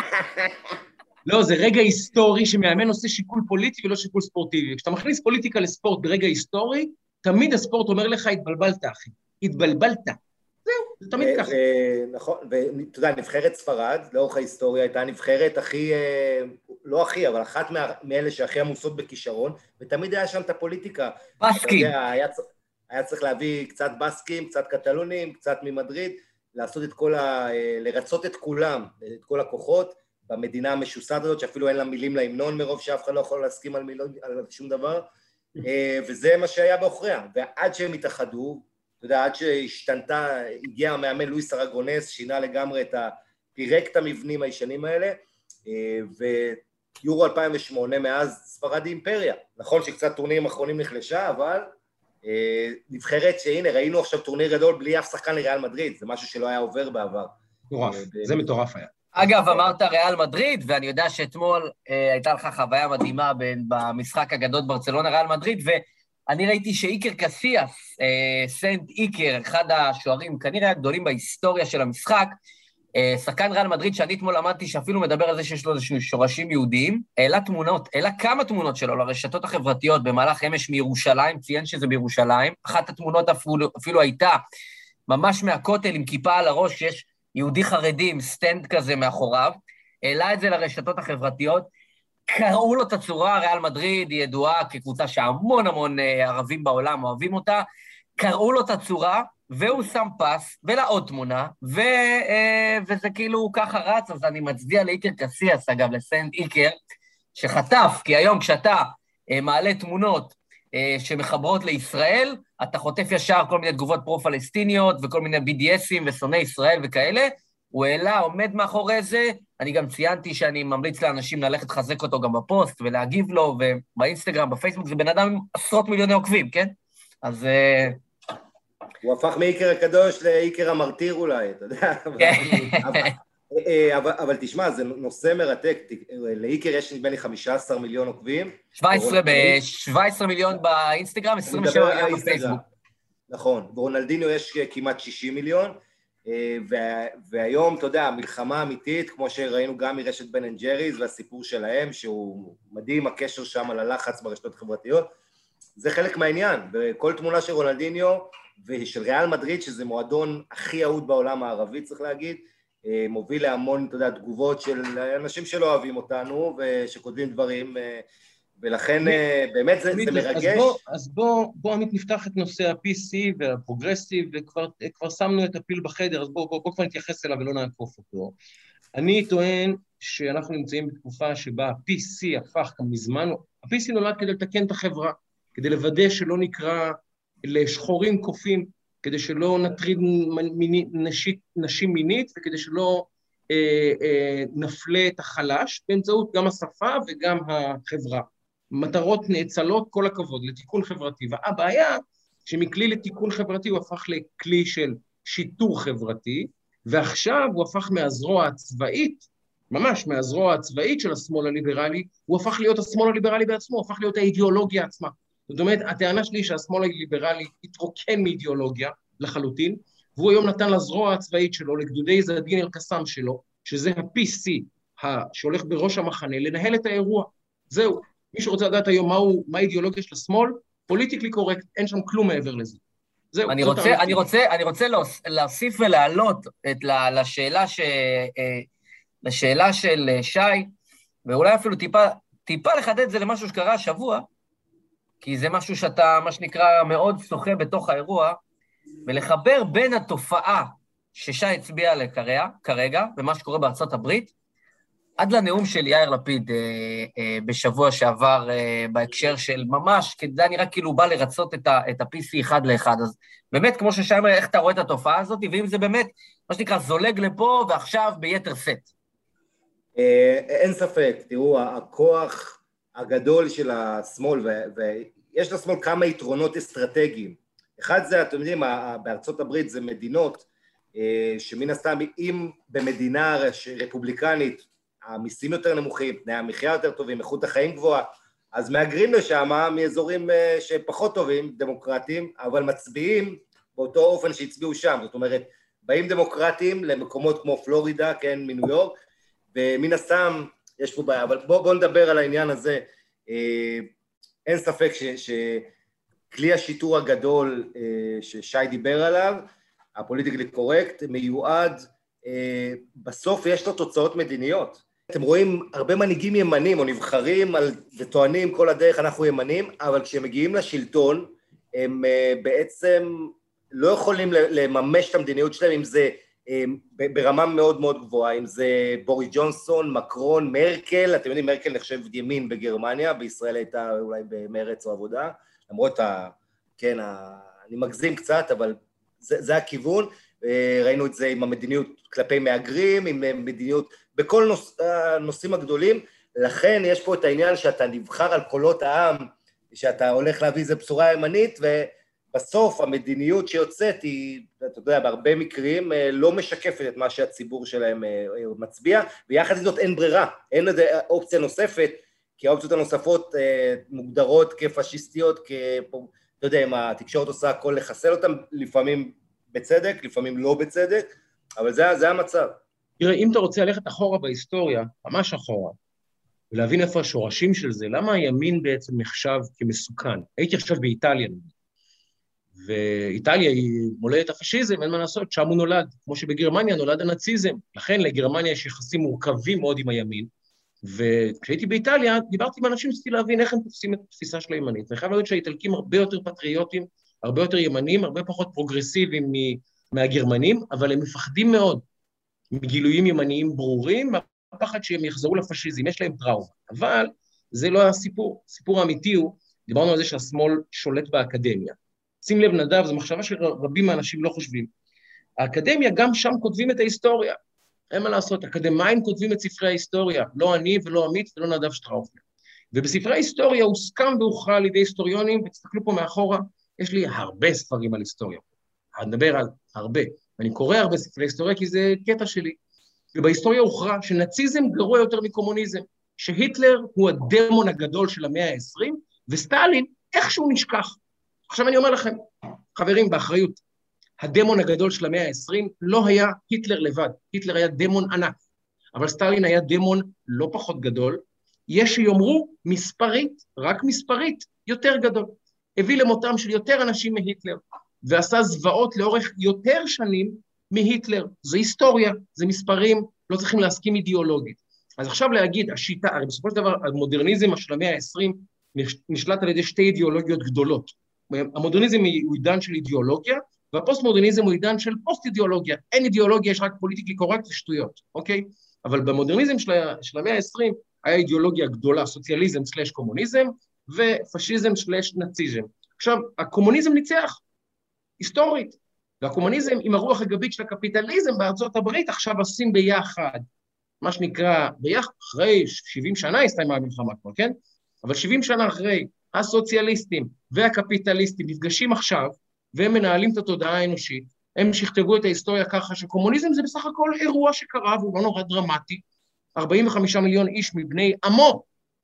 לא, זה רגע היסטורי שמאמן עושה שיקול פוליטי ולא שיקול ספורטיבי. כשאתה מכניס פוליטיקה לספורט ברגע היסטורי, תמיד הספורט אומר לך, התבלבלת, אחי. התבלבלת. זהו, זה תמיד ככה. נכון, ואתה יודע, נבחרת ספרד, לאורך ההיסטוריה, הייתה נבחרת הכי, לא הכי, אבל אחת מאלה שהכי עמוסות בכישרון, ותמיד היה שם את הפוליטיקה. בסקים. היה צריך להביא קצת בסקים, קצת קטלונים, קצת ממדריד, לעשות את כל ה... לרצות את כולם, את כל הכוחות, במדינה המשוסעת הזאת, שאפילו אין לה מילים להמנון מרוב שאף אחד לא יכול להסכים על, מילות, על שום דבר, וזה מה שהיה באחוריה. ועד שהם התאחדו, אתה יודע, עד שהשתנתה, הגיע המאמן לואיס ארגונס, שינה לגמרי את ה... פירק את המבנים הישנים האלה, ויורו אלפיים ושמונה, מאז ספרד אימפריה. נכון שקצת טורנירים אחרונים נחלשה, אבל נבחרת שהנה, ראינו עכשיו טורניר גדול בלי אף שחקן לריאל מדריד, זה משהו שלא היה עובר בעבר. מטורף, זה מטורף היה. אגב, אמרת ריאל מדריד, ואני יודע שאתמול אה, הייתה לך חוויה מדהימה במשחק הגדול ברצלונה ריאל מדריד, ואני ראיתי שאיקר קסיאס, אה, סנט איקר, אחד השוערים כנראה הגדולים בהיסטוריה של המשחק, אה, שחקן ריאל מדריד שאני אתמול למדתי שאפילו מדבר על זה שיש לו איזשהו שורשים יהודיים, העלה תמונות, העלה כמה תמונות שלו לרשתות החברתיות במהלך אמש מירושלים, ציין שזה בירושלים, אחת התמונות אפילו, אפילו הייתה ממש מהכותל עם כיפה על הראש, שיש יהודי חרדי עם סטנד כזה מאחוריו, העלה את זה לרשתות החברתיות, קראו לו את הצורה, ריאל מדריד היא ידועה כקבוצה שהמון המון ערבים בעולם אוהבים אותה, קראו לו את הצורה, והוא שם פס, ולעוד תמונה, ו, אה, וזה כאילו ככה רץ, אז אני מצדיע לאיקר קסיאס, אגב, לסנד איקר, שחטף, כי היום כשאתה אה, מעלה תמונות אה, שמחברות לישראל, אתה חוטף ישר כל מיני תגובות פרו-פלסטיניות, וכל מיני בי די אסים ושונאי ישראל וכאלה, הוא העלה, עומד מאחורי זה, אני גם ציינתי שאני ממליץ לאנשים ללכת לחזק אותו גם בפוסט, ולהגיב לו, ובאינסטגרם, בפייסבוק, זה בן אדם עם עשרות מיליוני עוקבים, כן? אז... אה, הוא הפך מאיקר הקדוש לאיקר המרטיר אולי, אתה יודע. אבל, אבל תשמע, זה נושא מרתק, לאיקר יש נדמה לי חמישה עשר מיליון עוקבים. שבע עשרה מיליון באינסטגרם, עשרים ושבע מיליון בפייסבוק. נכון, ברונלדיניו יש כמעט שישים מיליון, והיום, אתה יודע, המלחמה האמיתית, כמו שראינו גם מרשת בן אנד ג'ריז, והסיפור שלהם, שהוא מדהים, הקשר שם על הלחץ ברשתות חברתיות, זה חלק מהעניין, וכל תמונה של רונלדיניו, ושל ריאל מדריד, שזה מועדון הכי אהוד בעולם הערבי, צריך להגיד, מוביל להמון, אתה יודע, תגובות של אנשים שלא אוהבים אותנו, ושכותבים דברים, ולכן באמת זה, זה מרגש. אז בוא, בוא עמית נפתח את נושא ה-פי סי והפרוגרסיב, וכבר שמנו את הפיל בחדר, אז בוא, בוא, בוא כבר נתייחס אליו ולא נעקוף אותו. אני טוען שאנחנו נמצאים בתקופה שבה ה-פי סי הפך גם מזמן, ה-פי סי נולד כדי לתקן את החברה, כדי לוודא שלא נקרא לשחורים קופים, כדי שלא נטריד מיני, נשית, נשים מינית, וכדי שלא אה, אה, נפלה את החלש, באמצעות גם השפה וגם החברה. מטרות נאצלות, כל הכבוד, לתיקון חברתי. והבעיה שמכלי לתיקון חברתי הוא הפך לכלי של שיטור חברתי, ועכשיו הוא הפך מהזרוע הצבאית, ממש מהזרוע הצבאית של השמאל הליברלי, הוא הפך להיות השמאל הליברלי בעצמו, הוא הפך להיות האידיאולוגיה עצמה. זאת אומרת, הטענה שלי שהשמאל הליברלי התרוקן מאידיאולוגיה לחלוטין, והוא היום נתן לזרוע הצבאית שלו, לגדודי זדין אל-קסאם שלו, שזה ה-פי סי שהולך בראש המחנה, לנהל את האירוע. זהו. מי שרוצה לדעת היום מהו, מה האידיאולוגיה של השמאל, פוליטיקלי קורקט, אין שם כלום מעבר לזה. זהו. אני רוצה, אני רוצה, אני רוצה להוסיף ולהעלות את לשאלה ש, לשאלה של שי, ואולי אפילו טיפה, טיפה לחדד את זה למשהו שקרה השבוע, כי זה משהו שאתה, מה שנקרא, מאוד שוחה בתוך האירוע, ולחבר בין התופעה ששי הצביע עליה כרגע, ומה שקורה בארצות הברית, עד לנאום של יאיר לפיד אה, אה, בשבוע שעבר אה, בהקשר של ממש, כי זה נראה כאילו הוא בא לרצות את, ה, את ה-פי סי אחד לאחד. אז באמת, כמו ששי אומר, איך אתה רואה את התופעה הזאת, ואם זה באמת, מה שנקרא, זולג לפה ועכשיו ביתר סט. אה, אין ספק, תראו, הכוח הגדול של השמאל, ויש לשמאל כמה יתרונות אסטרטגיים. אחד זה, אתם יודעים, בארצות הברית זה מדינות, שמן הסתם, אם במדינה רפובליקנית, המיסים יותר נמוכים, תנאי המחיה יותר טובים, איכות החיים גבוהה, אז מאגרים לשם מאזורים שפחות טובים, דמוקרטיים, אבל מצביעים באותו אופן שהצביעו שם. זאת אומרת, באים דמוקרטים למקומות כמו פלורידה, כן, מניו יורק, ומן הסתם יש פה בעיה. אבל בואו בוא נדבר על העניין הזה. אין ספק ש, שכלי השיטור הגדול ששי דיבר עליו, הפוליטיקלי קורקט, מיועד, בסוף יש לו תוצאות מדיניות. אתם רואים הרבה מנהיגים ימנים או נבחרים על, וטוענים כל הדרך אנחנו ימנים, אבל כשהם מגיעים לשלטון, הם בעצם לא יכולים לממש את המדיניות שלהם, אם זה ברמה מאוד מאוד גבוהה, אם זה בוריס ג'ונסון, מקרון, מרקל, אתם יודעים, מרקל נחשב ימין בגרמניה, בישראל הייתה אולי במרץ או עבודה, למרות, ה, כן, ה, אני מגזים קצת, אבל זה, זה הכיוון, ראינו את זה עם המדיניות כלפי מאגרים, עם מדיניות, בכל נוש, הנושאים הגדולים, לכן יש פה את העניין שאתה נבחר על קולות העם, שאתה הולך להביא איזה בשורה ימנית, ובסוף המדיניות שיוצאת היא, אתה יודע, בהרבה מקרים לא משקפת את מה שהציבור שלהם מצביע, ויחד עם זאת אין ברירה, אין איזה אופציה נוספת, כי האופציות הנוספות מוגדרות כפשיסטיות, כ... אתה יודע, אם התקשורת עושה הכל לחסל אותם, לפעמים בצדק, לפעמים לא בצדק, אבל זה, זה המצב. תראה, אם אתה רוצה ללכת אחורה בהיסטוריה, ממש אחורה, ולהבין איפה השורשים של זה, למה הימין בעצם נחשב כמסוכן? הייתי עכשיו באיטליה, ואיטליה היא מולדת הפשיזם, אין מה לעשות, שם הוא נולד, כמו שבגרמניה נולד הנאציזם, לכן לגרמניה יש יחסים מורכבים מאוד עם הימין, וכשהייתי באיטליה, דיברתי עם אנשים שצריכים להבין איך הם תופסים את התפיסה של הימנית, ואני חייב להגיד שהאיטלקים הרבה יותר פטריוטים הרבה יותר ימנים, הרבה פחות פרוגרסיביים מהגרמנים, אבל הם מפחדים מאוד מגילויים ימניים ברורים, מהפחד שהם יחזרו לפשיזם, יש להם טראומה. אבל זה לא הסיפור. הסיפור האמיתי הוא, דיברנו על זה שהשמאל שולט באקדמיה. שים לב נדב, זו מחשבה שרבים מהאנשים לא חושבים. האקדמיה, גם שם כותבים את ההיסטוריה. אין מה לעשות, אקדמיים כותבים את ספרי ההיסטוריה, לא אני ולא עמית ולא נדב שטראוכלר. ובספרי ההיסטוריה הוסכם והוכרע על ידי היסטוריונים, ותסתכלו פה מאחורה, יש לי הרבה ספרים על היסטוריה. אני מדבר על הרבה, ואני קורא הרבה ספרי היסטוריה כי זה קטע שלי. ובהיסטוריה הוכרע שנאציזם גרוע יותר מקומוניזם, שהיטלר הוא הדמון הגדול של המאה ה-עשרים, וסטלין איכשהו נשכח. עכשיו אני אומר לכם, חברים, באחריות, הדמון הגדול של המאה ה-עשרים לא היה היטלר לבד, היטלר היה דמון ענק, אבל סטלין היה דמון לא פחות גדול, יש שיאמרו מספרית, רק מספרית, יותר גדול. הביא למותם של יותר אנשים מהיטלר, ועשה זוועות לאורך יותר שנים מהיטלר. זה היסטוריה, זה מספרים, לא צריכים להסכים אידיאולוגית. אז עכשיו להגיד, השיטה, הרי בסופו של דבר, המודרניזם של המאה ה-עשרים נשלט על ידי שתי אידיאולוגיות גדולות. המודרניזם הוא עידן של אידיאולוגיה, והפוסט-מודרניזם הוא עידן של פוסט-אידיאולוגיה. אין אידיאולוגיה, יש רק פוליטיקלי קורקט ושטויות, אוקיי? אבל במודרניזם של, של המאה ה-עשרים היה אידיאולוגיה גדולה, סוציאליזם סלש קומוניזם, ופשיזם סלש נאציזם. עכשיו, הקומוניזם ניצח, היסטורית, והקומוניזם עם הרוח הגבית של הקפיטליזם בארצות הברית, עכשיו עושים ביחד, מה שנקרא, ביחד, אחרי שבעים שנה הסתיימה המלחמה כבר, כן? אבל שבעים שנה אחרי, הסוציאליסטים והקפיטליסטים נפגשים עכשיו, והם מנהלים את התודעה האנושית, הם שכתבו את ההיסטוריה ככה שקומוניזם זה בסך הכל אירוע שקרה, והוא לא נורא דרמטי, ארבעים וחמישה מיליון איש מבני עמו,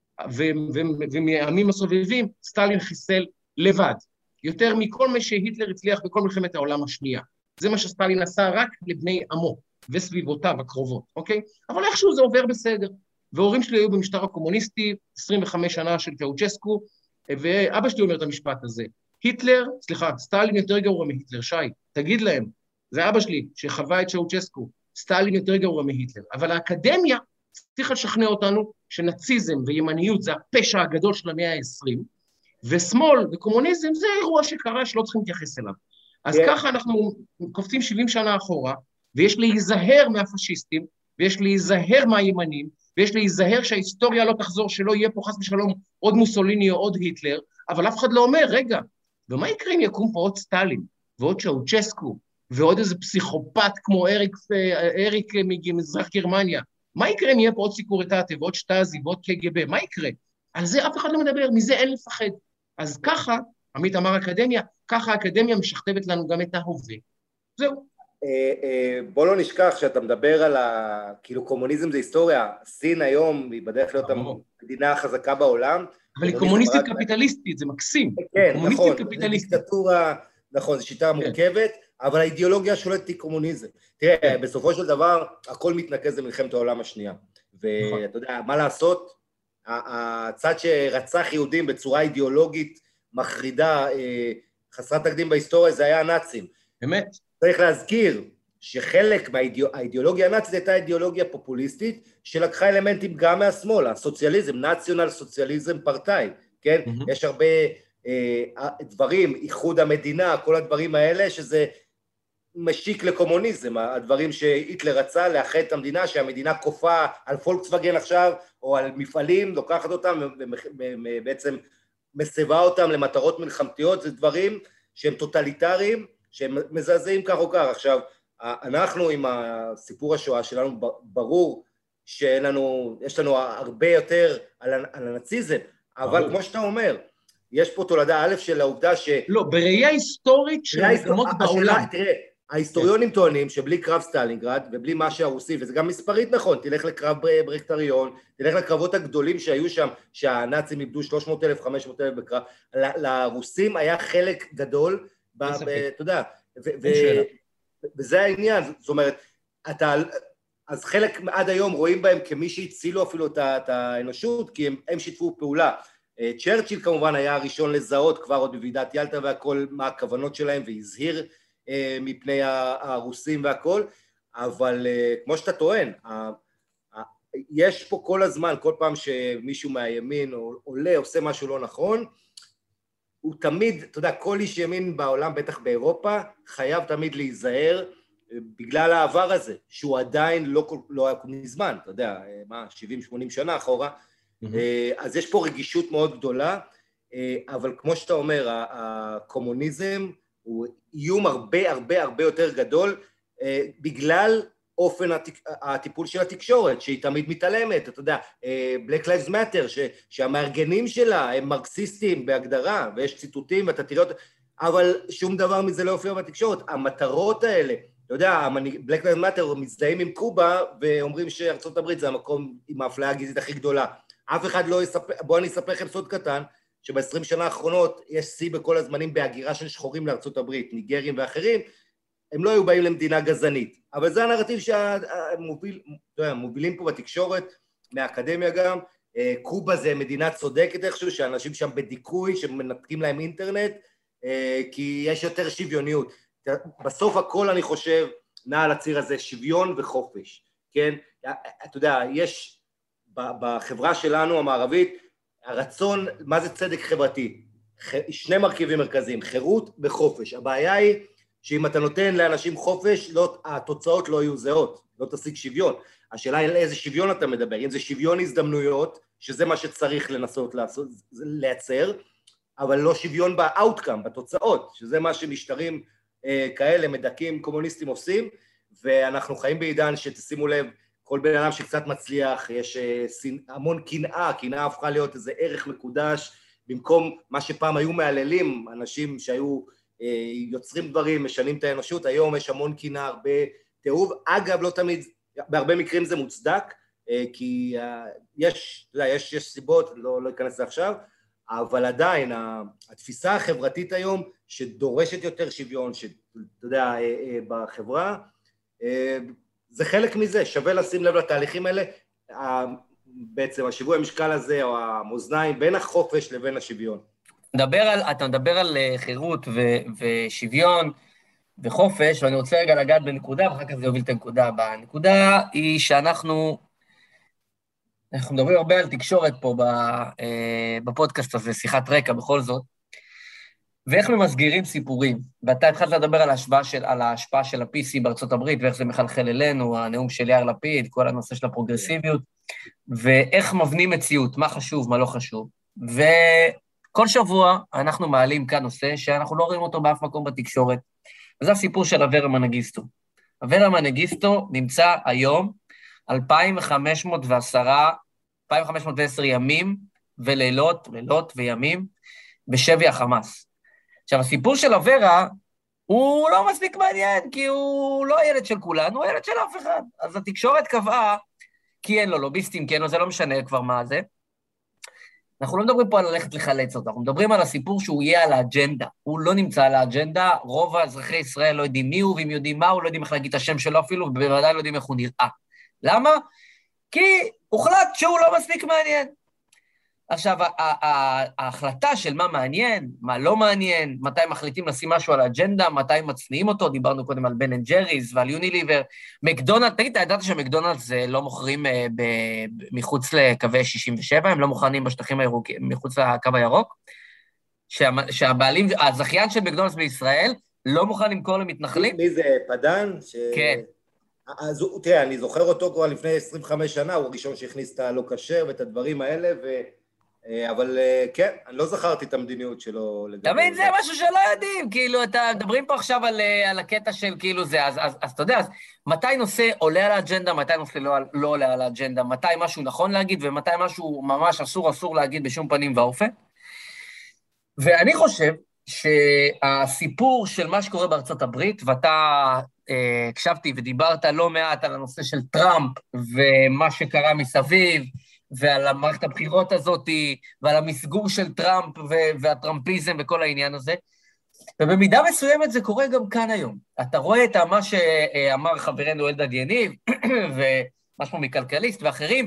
ומהעמים הסובבים, סטלין חיסל לבד, יותר מכל מה שהיטלר הצליח בכל מלחמת העולם השנייה. זה מה שסטלין עשה רק לבני עמו, וסביבותיו הקרובות, אוקיי? אבל איכשהו זה עובר בסדר. והורים שלי היו במשטר הקומוניסטי, עשרים וחמש שנה של צ'אוצ'סקו, ואבא שלי אומר את המשפט הזה, היטלר, סליחה, סטלין יותר גרוע מהיטלר, שי, תגיד להם, זה אבא שלי שחווה את צ'אוצ'סקו, סטלין יותר גרוע מהיטלר, אבל האקדמיה צריכה לשכנע אותנו שנאציזם וימניות זה הפשע הגדול של המאה ה-עשרים, ושמאל וקומוניזם זה אירוע שקרה שלא צריכים להתייחס אליו. אז yeah. ככה אנחנו קופצים שבעים שנה אחורה, ויש להיזהר מהפשיסטים, ויש להיזהר מהימנים, ויש להיזהר שההיסטוריה לא תחזור, שלא יהיה פה חס ושלום עוד מוסוליני או עוד היטלר, אבל אף אחד לא אומר, רגע, ומה יקרה אם יקום פה עוד סטלין, ועוד צ'אוצ'סקו, ועוד איזה פסיכופת כמו אריק, אריק ממזרח גרמניה, מה יקרה אם יהיה פה עוד סיקורטטה, ועוד שטאזי, ועוד קג"ב, מה יקרה? על זה אף אחד לא מדבר, מזה אין לפחד. אז ככה, עמית אמר אקדמיה, ככה האקדמיה משכתבת לנו גם את ההווה. זהו. בוא לא נשכח שאתה מדבר על ה... כאילו קומוניזם זה היסטוריה, סין היום היא בדרך להיות המדינה החזקה בעולם. אבל היא קומוניסטית קפיטליסטית, זה מקסים. כן, נכון, זה דיקטטורה, נכון, זו שיטה מורכבת, אבל האידיאולוגיה שולטת היא קומוניזם. תראה, בסופו של דבר, הכל מתנקז למלחמת העולם השנייה. ואתה יודע, מה לעשות? הצד שרצח יהודים בצורה אידיאולוגית מחרידה, חסרת תקדים בהיסטוריה, זה היה הנאצים. באמת. צריך להזכיר שחלק מהאידיאולוגיה הנאצית הייתה אידיאולוגיה פופוליסטית, שלקחה אלמנטים גם מהשמאל, הסוציאליזם, נציונל סוציאליזם פרטאי, כן? Mm-hmm. יש הרבה אה, דברים, איחוד המדינה, כל הדברים האלה, שזה משיק לקומוניזם, הדברים שהיטלר רצה לאחד את המדינה, שהמדינה כופה על פולקסווגן עכשיו, או על מפעלים, לוקחת אותם, ובעצם מסבה אותם למטרות מלחמתיות, זה דברים שהם טוטליטריים, שהם מזעזעים כך או כך. עכשיו, אנחנו עם הסיפור השואה שלנו, ברור שיש לנו, לנו הרבה יותר על, על הנאציזם, אבל כמו שאתה אומר, יש פה תולדה א' של העובדה ש... לא, בראייה היסטורית של מקומות בעולם. תראה, ההיסטוריונים טוענים שבלי קרב סטלינגרד ובלי מה שהרוסי, וזה גם מספרית נכון, תלך לקרב ברקטריון, תלך לקרבות הגדולים שהיו שם, שהנאצים איבדו שלוש מאות אלף, חמש מאות אלף בקרב, לרוסים היה חלק גדול, אתה יודע, וזה העניין, זאת אומרת, אז חלק עד היום רואים בהם כמי שהצילו אפילו את האנושות, כי הם שיתפו פעולה. צ'רצ'יל כמובן היה הראשון לזהות כבר עוד בוועידת ילטה והכל, מה הכוונות שלהם, והזהיר מפני הרוסים והכל, אבל כמו שאתה טוען, יש פה כל הזמן, כל פעם שמישהו מהימין עולה, עושה משהו לא נכון, הוא תמיד, אתה יודע, כל איש ימין בעולם, בטח באירופה, חייב תמיד להיזהר, בגלל העבר הזה, שהוא עדיין לא, לא היה מזמן, אתה יודע, מה, שבעים שמונים שנה אחורה, mm-hmm. אז יש פה רגישות מאוד גדולה, אבל כמו שאתה אומר, הקומוניזם הוא איום הרבה הרבה הרבה יותר גדול, בגלל אופן הטיפול של התקשורת, שהיא תמיד מתעלמת, אתה יודע, Black Lives Matter, ש, שהמארגנים שלה הם מרקסיסטים בהגדרה, ויש ציטוטים ואתה תראה אותם, אבל שום דבר מזה לא יופיע בתקשורת, המטרות האלה, אתה יודע, Black Lives Matter מזדהים עם קובה, ואומרים שארצות הברית זה המקום עם האפליה הגזעית הכי גדולה. אף אחד לא יספר, בואו אני אספר לכם סוד קטן, שב-עשרים שנה האחרונות יש שיא בכל הזמנים בהגירה של שחורים לארצות הברית, ניגרים ואחרים, הם לא היו באים למדינה גזענית. אבל זה הנרטיב שהמובילים פה בתקשורת, מהאקדמיה גם, קובה זה מדינה צודקת איכשהו, שאנשים שם בדיכוי, שמנתקים להם אינטרנט, כי יש יותר שוויוניות. בסוף הכל אני חושב, נע על הציר הזה, שוויון וחופש, כן? אתה יודע, יש בחברה שלנו המערבית, הרצון, מה זה צדק חברתי? שני מרכיבים מרכזיים, חירות וחופש. הבעיה היא שאם אתה נותן לאנשים חופש, לא, התוצאות לא יהיו זהות, לא תשיג שוויון. השאלה היא איזה שוויון אתה מדבר, אם זה שוויון הזדמנויות, שזה מה שצריך לנסות לעשות, לייצר, אבל לא שוויון באוטקאם, בתוצאות, שזה מה שמשטרים אה, כאלה, מדכאים, קומוניסטים עושים, ואנחנו חיים בעידן שתשימו לב, כל בן אדם שקצת מצליח, יש אה, המון קנאה, קנאה הפכה להיות איזה ערך מקודש, במקום מה שפעם היו מהללים, אנשים שהיו אה, יוצרים דברים, משנים את האנושות, היום יש המון קנאה, הרבה תיעוב, אגב, לא תמיד, בהרבה מקרים זה מוצדק, אה, כי אה, יש, אתה יודע, יש, יש סיבות, לא, לא אכנס לעכשיו, אבל עדיין, התפיסה החברתית היום, שדורשת יותר שוויון, שאתה יודע, בחברה, זה חלק מזה, שווה לשים לב לתהליכים האלה, בעצם השיווי המשקל הזה, או המאזניים, בין החופש לבין השוויון. מדבר על, אתה מדבר על חירות ו, ושוויון וחופש, ואני רוצה רגע לגעת בנקודה, ואחר כך זה יוביל את הנקודה הבאה. הנקודה היא שאנחנו, אנחנו מדברים הרבה על תקשורת פה בפודקאסט הזה, שיחת רקע בכל זאת, ואיך ממסגרים סיפורים. ואתה התחלת לדבר על ההשפעה של, על ההשפעה של ה-פי סי בארצות הברית, ואיך זה מחלחל אלינו, הנאום של יאיר לפיד, כל הנושא של הפרוגרסיביות, ואיך מבנים מציאות, מה חשוב, מה לא חשוב. וכל שבוע אנחנו מעלים כאן נושא שאנחנו לא רואים אותו באף מקום בתקשורת, וזה הסיפור של אברה מנגיסטו. אברה מנגיסטו נמצא היום אלפיים וחמש מאות ועשר ימים ולילות, לילות וימים, בשבי החמאס. עכשיו, הסיפור של אברה הוא לא מספיק מעניין, כי הוא לא הילד של כולנו, הוא הילד של אף אחד. אז התקשורת קבעה, כי אין לו לוביסטים, כי אין לו, זה לא משנה כבר מה זה. אנחנו לא מדברים פה על ללכת לחלץ אותו, אנחנו מדברים על הסיפור שהוא יהיה על האג'נדה. הוא לא נמצא על האג'נדה, רוב האזרחי ישראל לא יודעים מי הוא, ואם יודעים מה הוא, לא יודעים איך להגיד את השם שלו אפילו, ובוודאי לא יודעים איך הוא נראה. למה? כי הוחלט שהוא לא מספיק מעניין. עכשיו, ההחלטה של מה מעניין, מה לא מעניין, מתי מחליטים לשים משהו על האג'נדה, מתי מצניעים אותו, דיברנו קודם על בן אנד ג'ריז ועל יוניליבר, מקדונלד, תגיד, אתה ידעת שמקדונלד זה לא מוכרים מחוץ לקווי שישים ושבע, הם לא מוכנים בשטחים הירוקים, מחוץ לקו הירוק, שהבעלים, הזכיין של מקדונלד בישראל, לא מוכן למכור למתנחלים. מי זה, פדן? כן. אז תראה, אני זוכר אותו כבר לפני עשרים וחמש שנה, הוא הראשון שהכניס את הלא כשר ואת הדברים האלה, ו... אבל כן, אני לא זכרתי את המדיניות שלו. תמיד זה משהו שלא יודעים, כאילו, אתה מדברים פה עכשיו על, על הקטע של כאילו זה, אז, אז, אז אתה יודע, אז מתי נושא עולה על האג'נדה, מתי נושא לא, לא עולה על האג'נדה, מתי משהו נכון להגיד, ומתי משהו ממש אסור אסור להגיד בשום פנים ואופן. ואני חושב שהסיפור של מה שקורה בארצות הברית, ואתה אה, הקשבתי ודיברת לא מעט על הנושא של טראמפ, ומה שקרה מסביב, ועל המערכת הבחירות הזאת, ועל המסגור של טראמפ והטראמפיזם וכל העניין הזה. ובמידה מסוימת זה קורה גם כאן היום. אתה רואה את מה שאמר חברנו אלדד יניב, ומשהו מכלכליסט ואחרים,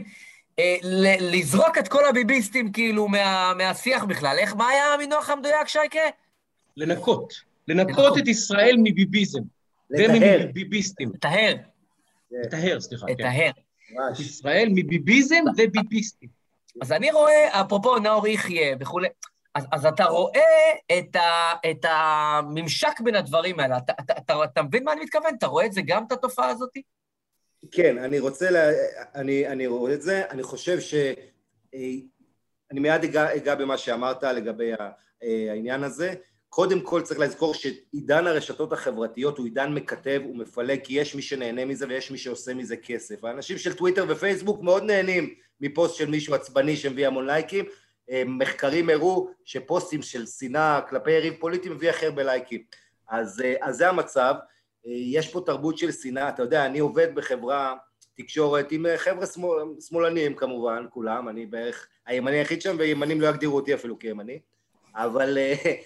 לזרוק את כל הביביסטים כאילו מה, מהשיח בכלל. איך, מה היה המינוח המדויק, שייקה? לנקות. לנקות את ישראל מביביזם. ומביביסטים. לטהר. לטהר, סליחה. לטהר. ישראל מביביזם וביביסטים. אז אני רואה, אפרופו נאור יחיה וכו', אז, אז אתה רואה את, ה, את הממשק בין הדברים האלה, אתה, אתה, אתה, אתה מבין מה אני מתכוון? אתה רואה את זה גם, את התופעה הזאת? כן, אני רוצה, לה, אני, אני רואה את זה, אני חושב ש... אני מיד אגע, אגע במה שאמרת לגבי העניין הזה. קודם כל צריך לזכור שעידן הרשתות החברתיות הוא עידן מקטב ומפלג, כי יש מי שנהנה מזה ויש מי שעושה מזה כסף. האנשים של טוויטר ופייסבוק מאוד נהנים מפוסט של מישהו עצבני שמביא המון לייקים. מחקרים הראו שפוסטים של שנאה כלפי יריב פוליטי מביא הכי הרבה לייקים. אז, אז זה המצב. יש פה תרבות של שנאה. אתה יודע, אני עובד בחברה תקשורת עם חבר'ה שמאל, שמאלנים כמובן, כולם. אני בערך הימני היחיד שם, וימנים לא יגדירו אותי אפילו כימני. אבל...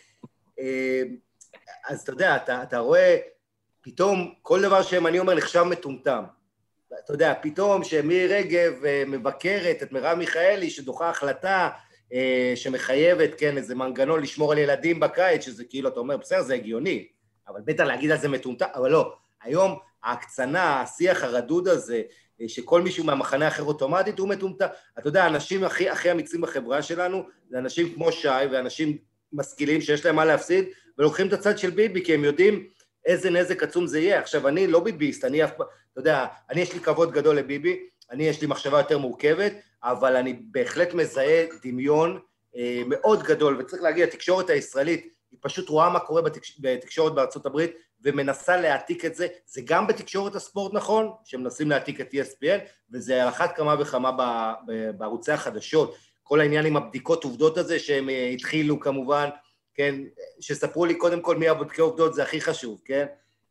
אז אתה יודע, אתה, אתה רואה, פתאום כל דבר שימני אומר נחשב מטומטם. אתה יודע, פתאום שמירי רגב מבקרת את מרב מיכאלי, שדוחה החלטה שמחייבת, כן, איזה מנגנון לשמור על ילדים בקיץ, שזה כאילו, אתה אומר, בסדר, זה הגיוני, אבל בטח להגיד על זה מטומטם, אבל לא. היום ההקצנה, השיח הרדוד הזה, שכל מישהו מהמחנה אחר אוטומטית הוא מטומטם. אתה יודע, האנשים הכי, הכי אמיצים בחברה שלנו, זה אנשים כמו שי ואנשים משכילים שיש להם מה להפסיד, ולוקחים את הצד של ביבי, כי הם יודעים איזה נזק עצום זה יהיה. עכשיו, אני לא ביביסט, אני אף פעם, אתה יודע, אני יש לי כבוד גדול לביבי, אני יש לי מחשבה יותר מורכבת, אבל אני בהחלט מזהה דמיון אה, מאוד גדול, וצריך להגיד, התקשורת הישראלית, היא פשוט רואה מה קורה בתקש... בתקשורת בארצות הברית, ומנסה להעתיק את זה, זה גם בתקשורת הספורט נכון, שמנסים להעתיק את E S P N, וזה על אחת כמה וכמה בערוצי החדשות, כל העניין עם הבדיקות עובדות הזה, שהם התחילו כמובן, כן, שספרו לי קודם כל מי הבודקי עובדות, זה הכי חשוב, כן?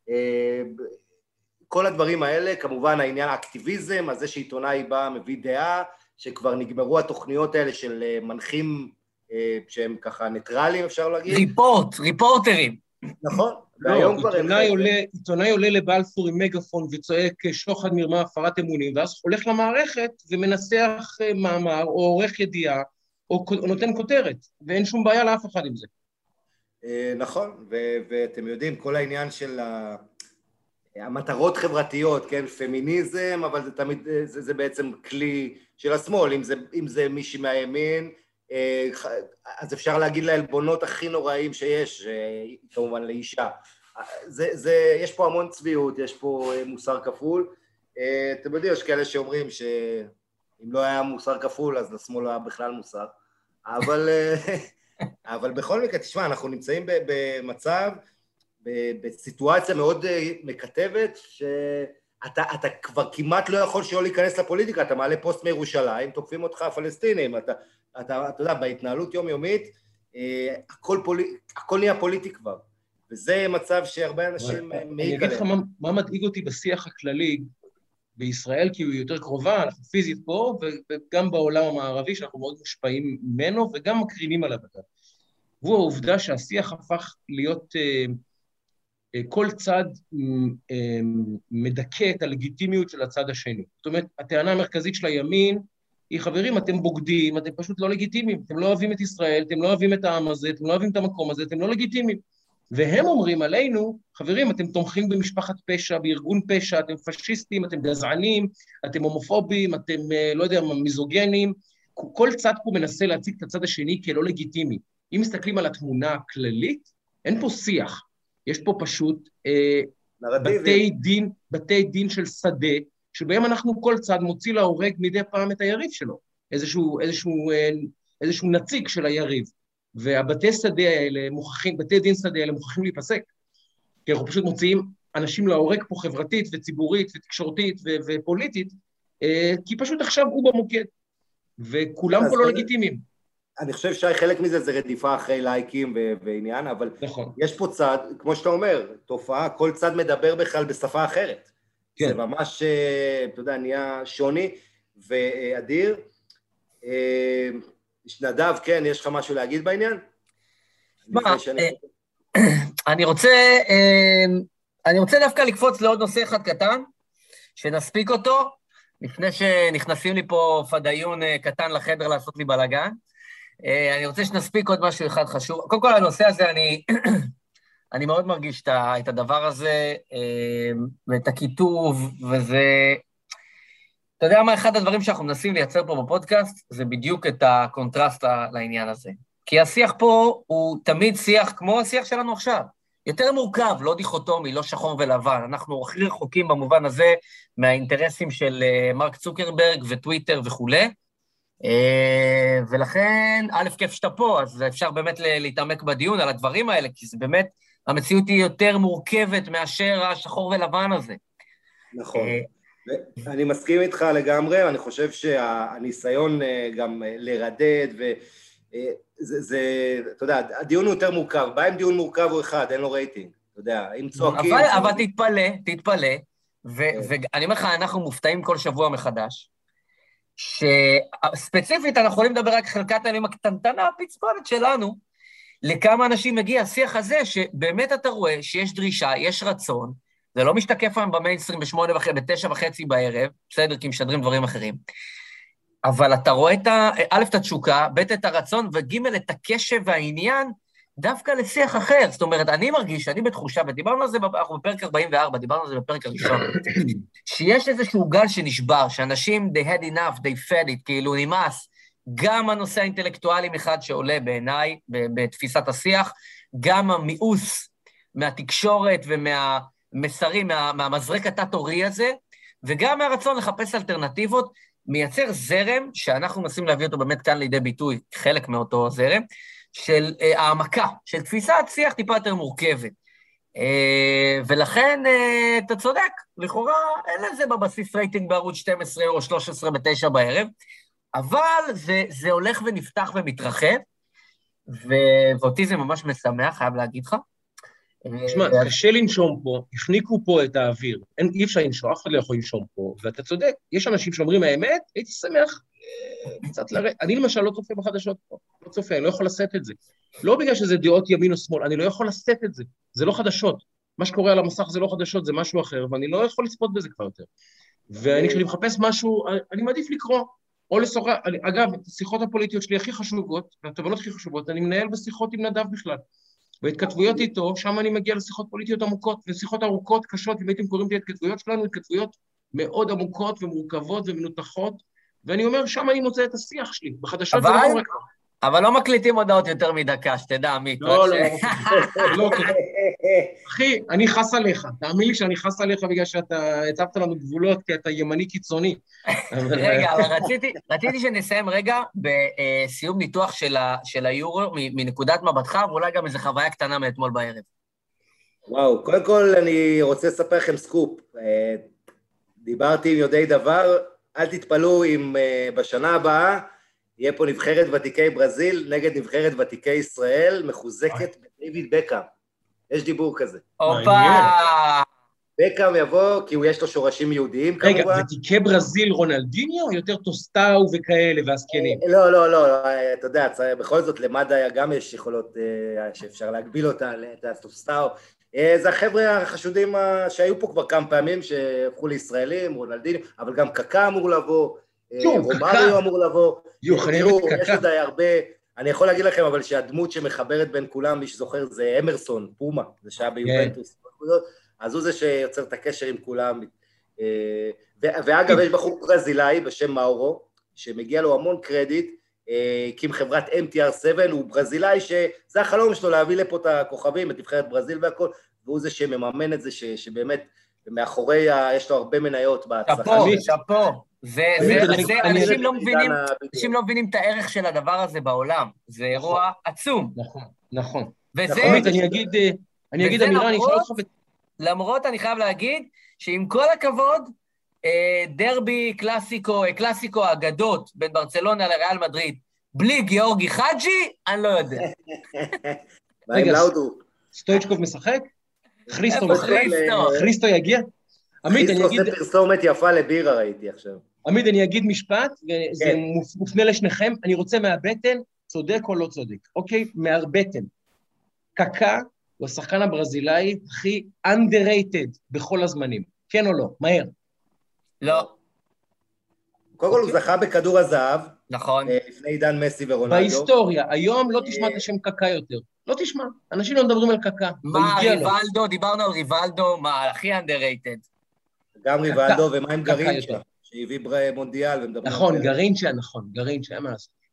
כל הדברים האלה, כמובן העניין האקטיביזם, הזה שעיתונאי בא, מביא דעה, שכבר נגמרו התוכניות האלה של מנחים, שהם ככה ניטרלים, אפשר להגיד. ריפורט, ריפורטרים. נכון. לא, עיתונאי עולה, עיתונאי עולה לבלפור עם מגפון וצועק שוחד מרמה הפרת אמונים, ואז הולך למערכת ומנסח מאמר או עורך ידיעה, או נותן כותרת, ואין שום בעיה לאף אחד עם זה. נכון, ואתם יודעים, כל העניין של המטרות חברתיות, כן, פמיניזם, אבל זה תמיד, זה בעצם כלי של השמאל, אם זה, אם זה מישהי מהימין, אז אפשר להגיד לעלבונות הכי נוראים שיש, כמובן לאישה. זה, זה, יש פה המון צביעות, יש פה מוסר כפול. אתם יודעים, יש כאלה שאומרים שאם לא היה מוסר כפול, אז לשמאל לא היה בכלל מוסר. אבל, אבל בכל מקרה, תשמע, אנחנו נמצאים במצב, בסיטואציה מאוד מקטבת, שאתה אתה כבר כמעט לא יכול שלא להיכנס לפוליטיקה, אתה מעלה פוסט מירושלים, תוקפים אותך הפלסטינים, אתה... אתה, אתה יודע, בהתנהלות יומיומית, אה, הכל, פולי, הכל נהיה פוליטי כבר, וזה מצב שהרבה אנשים מעיק עליהם. אני אגיד לך מה, מה מדאיג אותי בשיח הכללי בישראל, כי הוא יותר קרובה, אנחנו פיזית פה, וגם בעולם המערבי, שאנחנו מאוד מושפעים ממנו, וגם מקרינים עליו. והוא העובדה שהשיח הפך להיות, אה, אה, כל צד אה, מדכא את הלגיטימיות של הצד השני. זאת אומרת, הטענה המרכזית של הימין, היא, חברים, אתם בוגדים, אתם פשוט לא לגיטימיים, אתם לא אוהבים את ישראל, אתם לא אוהבים את העם הזה, אתם לא אוהבים את המקום הזה, אתם לא לגיטימיים. והם אומרים עלינו, חברים, אתם תומכים במשפחת פשע, בארגון פשע, אתם פשיסטים, אתם גזענים, אתם הומופובים, אתם, לא יודע, מיזוגנים. כל צד פה מנסה להציג את הצד השני כלא לגיטימי. אם מסתכלים על התמונה הכללית, אין פה שיח. יש פה פשוט אה, בתי דין, בתי דין של שדה, שבהם אנחנו כל צד מוציא להורג מדי פעם את היריב שלו, איזשהו, איזשהו, איזשהו נציג של היריב, והבתי שדה האלה מוכחים, בתי דין שדה האלה מוכחים להיפסק, כי אנחנו פשוט מוציאים אנשים להורג פה חברתית וציבורית ותקשורתית ו- ופוליטית, כי פשוט עכשיו הוא במוקד, וכולם פה לא לגיטימיים. אני חושב שחלק מזה זה רדיפה אחרי לייקים ו- ועניין, אבל נכון. יש פה צד, כמו שאתה אומר, תופעה, כל צד מדבר בכלל בשפה אחרת. כן. זה ממש, אתה יודע, נהיה שוני ואדיר. נדב, כן, יש לך משהו להגיד בעניין? מה, אני רוצה, אני רוצה דווקא לקפוץ לעוד נושא אחד קטן, שנספיק אותו, לפני שנכנסים לי פה פדיון קטן לחדר לעשות לי בלגן. אני רוצה שנספיק עוד משהו אחד חשוב. קודם כל, הנושא הזה, אני... אני מאוד מרגיש את הדבר הזה, ואת הכיתוב, וזה... אתה יודע מה, אחד הדברים שאנחנו מנסים לייצר פה בפודקאסט, זה בדיוק את הקונטרסט לעניין הזה. כי השיח פה הוא תמיד שיח כמו השיח שלנו עכשיו. יותר מורכב, לא דיכוטומי, לא שחור ולבן. אנחנו הכי רחוקים במובן הזה מהאינטרסים של מרק צוקרברג וטוויטר וכו'. ולכן, א', כיף שאתה פה, אז אפשר באמת להתעמק בדיון על הדברים האלה, כי זה באמת, המציאות היא יותר מורכבת מאשר השחור ולבן הזה. נכון. אני מסכים איתך לגמרי, אני חושב שהניסיון גם לרדד, וזה, זה, אתה יודע, הדיון הוא יותר מורכב, בא עם דיון מורכב הוא אחד, אין לו רייטינג, אתה יודע, אם צועקים... אבל, אבל תתפלא, תתפלא, ואני אומר לך, אנחנו מופתעים כל שבוע מחדש, שספציפית אנחנו יכולים לדבר רק חלקת העלים הקטנטנה, הפצפונת שלנו, לכמה אנשים מגיע השיח הזה, שבאמת אתה רואה שיש דרישה, יש רצון, זה לא משתקף היום במיינסטרים בשמונה וחצי, בתשע וחצי בערב, בסדר, כי משדרים דברים אחרים, אבל אתה רואה את ה... א', את התשוקה, ב', את הרצון, וג', את הקשב והעניין, דווקא לשיח אחר. זאת אומרת, אני מרגיש, אני בתחושה, ודיברנו על זה, אנחנו בפרק ארבעים וארבע, דיברנו על זה בפרק הראשון, שיש איזשהו גל שנשבר, שאנשים, they had enough, they fed it, כאילו נמאס, גם הנושא האינטלקטואלי מחד שעולה בעיניי, בתפיסת השיח, גם המיאוס מהתקשורת ומהמסרים, מה, מהמזרק התת-הורי הזה, וגם מהרצון לחפש אלטרנטיבות, מייצר זרם, שאנחנו מנסים להביא אותו באמת כאן לידי ביטוי, חלק מאותו זרם, של אה, העמקה, של תפיסת שיח טיפה יותר מורכבת. אה, ולכן אה, אתה צודק, לכאורה אין לזה בבסיס רייטינג בערוץ שתים עשרה או שלוש עשרה בתשע בערב, אבל זה, זה הולך ונפתח ומתרחב, ו- ואותי זה ממש משמח, חייב להגיד לך. תשמע, קשה לנשום פה, הפניקו פה את האוויר, אין, אי אפשר לנשום, אף אחד לא יכול לנשום פה, ואתה צודק, יש אנשים שאומרים האמת, הייתי שמח קצת לרדת, אני למשל לא צופה בחדשות פה, לא צופה, אני לא יכול לשאת את זה, לא בגלל שזה דעות ימין או שמאל, אני לא יכול לשאת את זה, זה לא חדשות, מה שקורה על המסך זה לא חדשות, זה משהו אחר, ואני לא יכול לצפות בזה כבר יותר, ואני כשאני מחפש משהו, אני מעדיף לקרוא, או לשוחח, אגב, השיחות הפוליטיות שלי הכי חשובות, והתובנות הכי חשובות, אני מנהל בשיחות עם נדב בכלל, והתכתבויות איתו, שם אני מגיע לשיחות פוליטיות עמוקות, ושיחות ארוכות, קשות, אם הייתם קוראים לי התכתבויות שלנו, התכתבויות מאוד עמוקות ומורכבות ומנותחות, ואני אומר, שם אני מוצא את השיח שלי, בחדשות זה לא קורה כבר. אבל לא מקליטים הודעות יותר מדקה, שתדע, עמית. לא, לא, לא. אחי, אני חס עליך, תאמין לי שאני חס עליך בגלל שאתה הצבת לנו גבולות, כי אתה ימני קיצוני. רגע, אבל רציתי שנסיים רגע בסיום ניתוח של היורו, מנקודת מבטך, ואולי גם איזו חוויה קטנה מאתמול בערב. וואו, קודם כל אני רוצה לספר לכם סקופ. דיברתי עם יודעי דבר, אל תתפלאו אם בשנה הבאה, יהיה פה נבחרת ותיקי ברזיל נגד נבחרת ותיקי ישראל, מחוזקת בדיוויד בקאם. יש דיבור כזה. אופה! בקאם יבוא, כי הוא יש לו שורשים יהודיים כמובן. רגע, ותיקי ברזיל רונלדיניו, או יותר טוסטאו וכאלה והזקנים? לא, לא, לא, אתה יודע, בכל זאת למד"א גם יש יכולות שאפשר להגביל אותה, טוסטאו. זה החבר'ה החשודים שהיו פה כבר כמה פעמים, שהפכו לישראלים, רונלדיניו, אבל גם קקה אמור לבוא, רומאריו אמור לבוא. תראו, יש עוד הרבה, אני יכול להגיד לכם אבל שהדמות שמחברת בין כולם, מי שזוכר זה אמרסון, פומה, זה שהיה ביובנטוס, אז הוא זה שיוצר את הקשר עם כולם, ואגב יש בחור ברזילאי בשם מאורו, שמגיע לו המון קרדיט, הקים חברת אם טי אר שבע, הוא ברזילאי שזה החלום שלו להביא לפה את הכוכבים, את נבחרת ברזיל והכל, והוא זה שמממן את זה שבאמת מאחורי יש לו הרבה מניות בהצלחה. שפו, שפו. זה, זה, זה, אנשים לא מבינים, אנשים לא מבינים את הערך של הדבר הזה בעולם. זה אירוע עצום. נכון, נכון. וזה... אני אגיד, אני אגיד אמירה, אני אשאל אותך... למרות, אני חייב להגיד, שעם כל הכבוד, דרבי קלאסיקו, קלאסיקו האגדות בין ברצלונה לריאל מדריד, בלי גיאורגי חאג'י, אני לא יודע. רגע, סטויצ'קוב משחק? חריסטו משחק? חריסטו יגיע? עמית, אני אגיד... חריסטו פרסומת יפה לבירה ראיתי עכשיו. עמית, אני אגיד משפט, וזה מופנה לשניכם, אני רוצה מהבטן, צודק או לא צודק, אוקיי? מהבטן. קקה הוא השחקן הברזילאי הכי underrated בכל הזמנים. כן או לא? מהר. לא. קודם כל הוא זכה בכדור הזהב. נכון. לפני עידן מסי ורונלדו. בהיסטוריה, היום לא תשמע את השם קקה יותר. לא תשמע, אנשים לא מדברים על קקה. מה, ריבלדו, דיברנו על ריבלדו, מה, הכי underrated. גם ריבלדו, ומה עם גרינצ'ה, שהביא מונדיאל ומדברים... נכון, גרינצ'ה, נכון, גרינצ'ה, אין מה לעשות.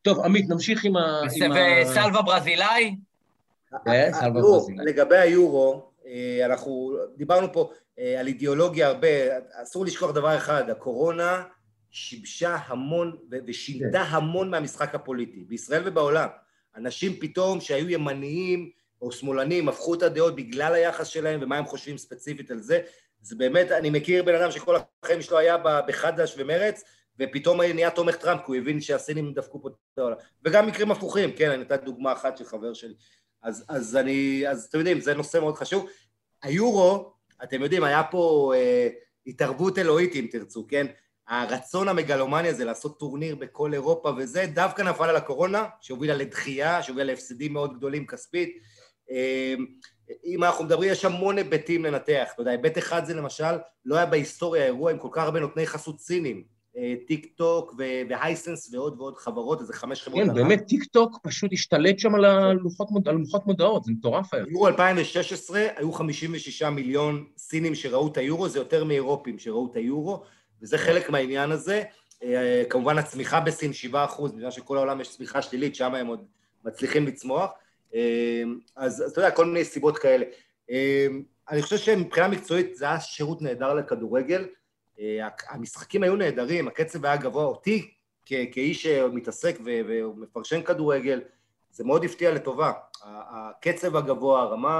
טוב, עמית, נמשיך עם ה... וסלווה ברזילאי? כן, סלווה ברזילאי. לגבי היורו, אנחנו דיברנו פה על אידיאולוגיה הרבה, אסור לשכוח דבר אחד, הקורונה שיבשה המון ושינתה המון מהמשחק הפוליטי, בישראל ובעולם. אנשים פתאום שהיו ימניים או שמאלנים הפכו את הדעות בגלל היחס שלהם ומה הם חושבים ספציפית על זה. זה באמת, אני מכיר בן אדם שכל החיים שלו היה בחד"ש ומרץ, ופתאום נהיה תומך טראמפ, כי הוא הבין שהסינים דפקו פה את העולם. וגם מקרים הפוכים, כן, אני נתת דוגמה אחת של חבר שלי. אז, אז אני, אז אתם יודעים, זה נושא מאוד חשוב. היורו, אתם יודעים, היה פה אה, התערבות אלוהית, אם תרצו, כן? הרצון המגלומני הזה לעשות טורניר בכל אירופה וזה, דווקא נפל על הקורונה, שהובילה לדחייה, שהובילה להפסדים מאוד גדולים כספית. אה, אם אנחנו מדברים, יש המון היבטים לנתח. אתה יודע, היבט אחד זה למשל, לא היה בהיסטוריה אירוע עם כל כך הרבה נותני חסות סינים. טיק טוק והייסנס ועוד ועוד חברות, איזה חמש חברות. כן, באמת טיק טוק פשוט השתלט שם על לוחות מודעות, זה מטורף היה. ביורו אלפיים ושש עשרה היו חמישים ושישה מיליון סינים שראו את היורו, זה יותר מאירופים שראו את היורו, וזה חלק מהעניין הזה. כמובן הצמיחה בסין שבעה אחוז, בגלל שכל העולם יש צמיחה שלילית, שם הם עוד מצליחים לצמוח. אז אתה יודע, כל מיני סיבות כאלה. אני חושב שמבחינה מקצועית זה היה שירות נהדר לכדורגל, המשחקים היו נהדרים, הקצב היה גבוה, אותי כאיש שמתעסק ומפרשן כדורגל, זה מאוד הפתיע לטובה, הקצב הגבוה, הרמה,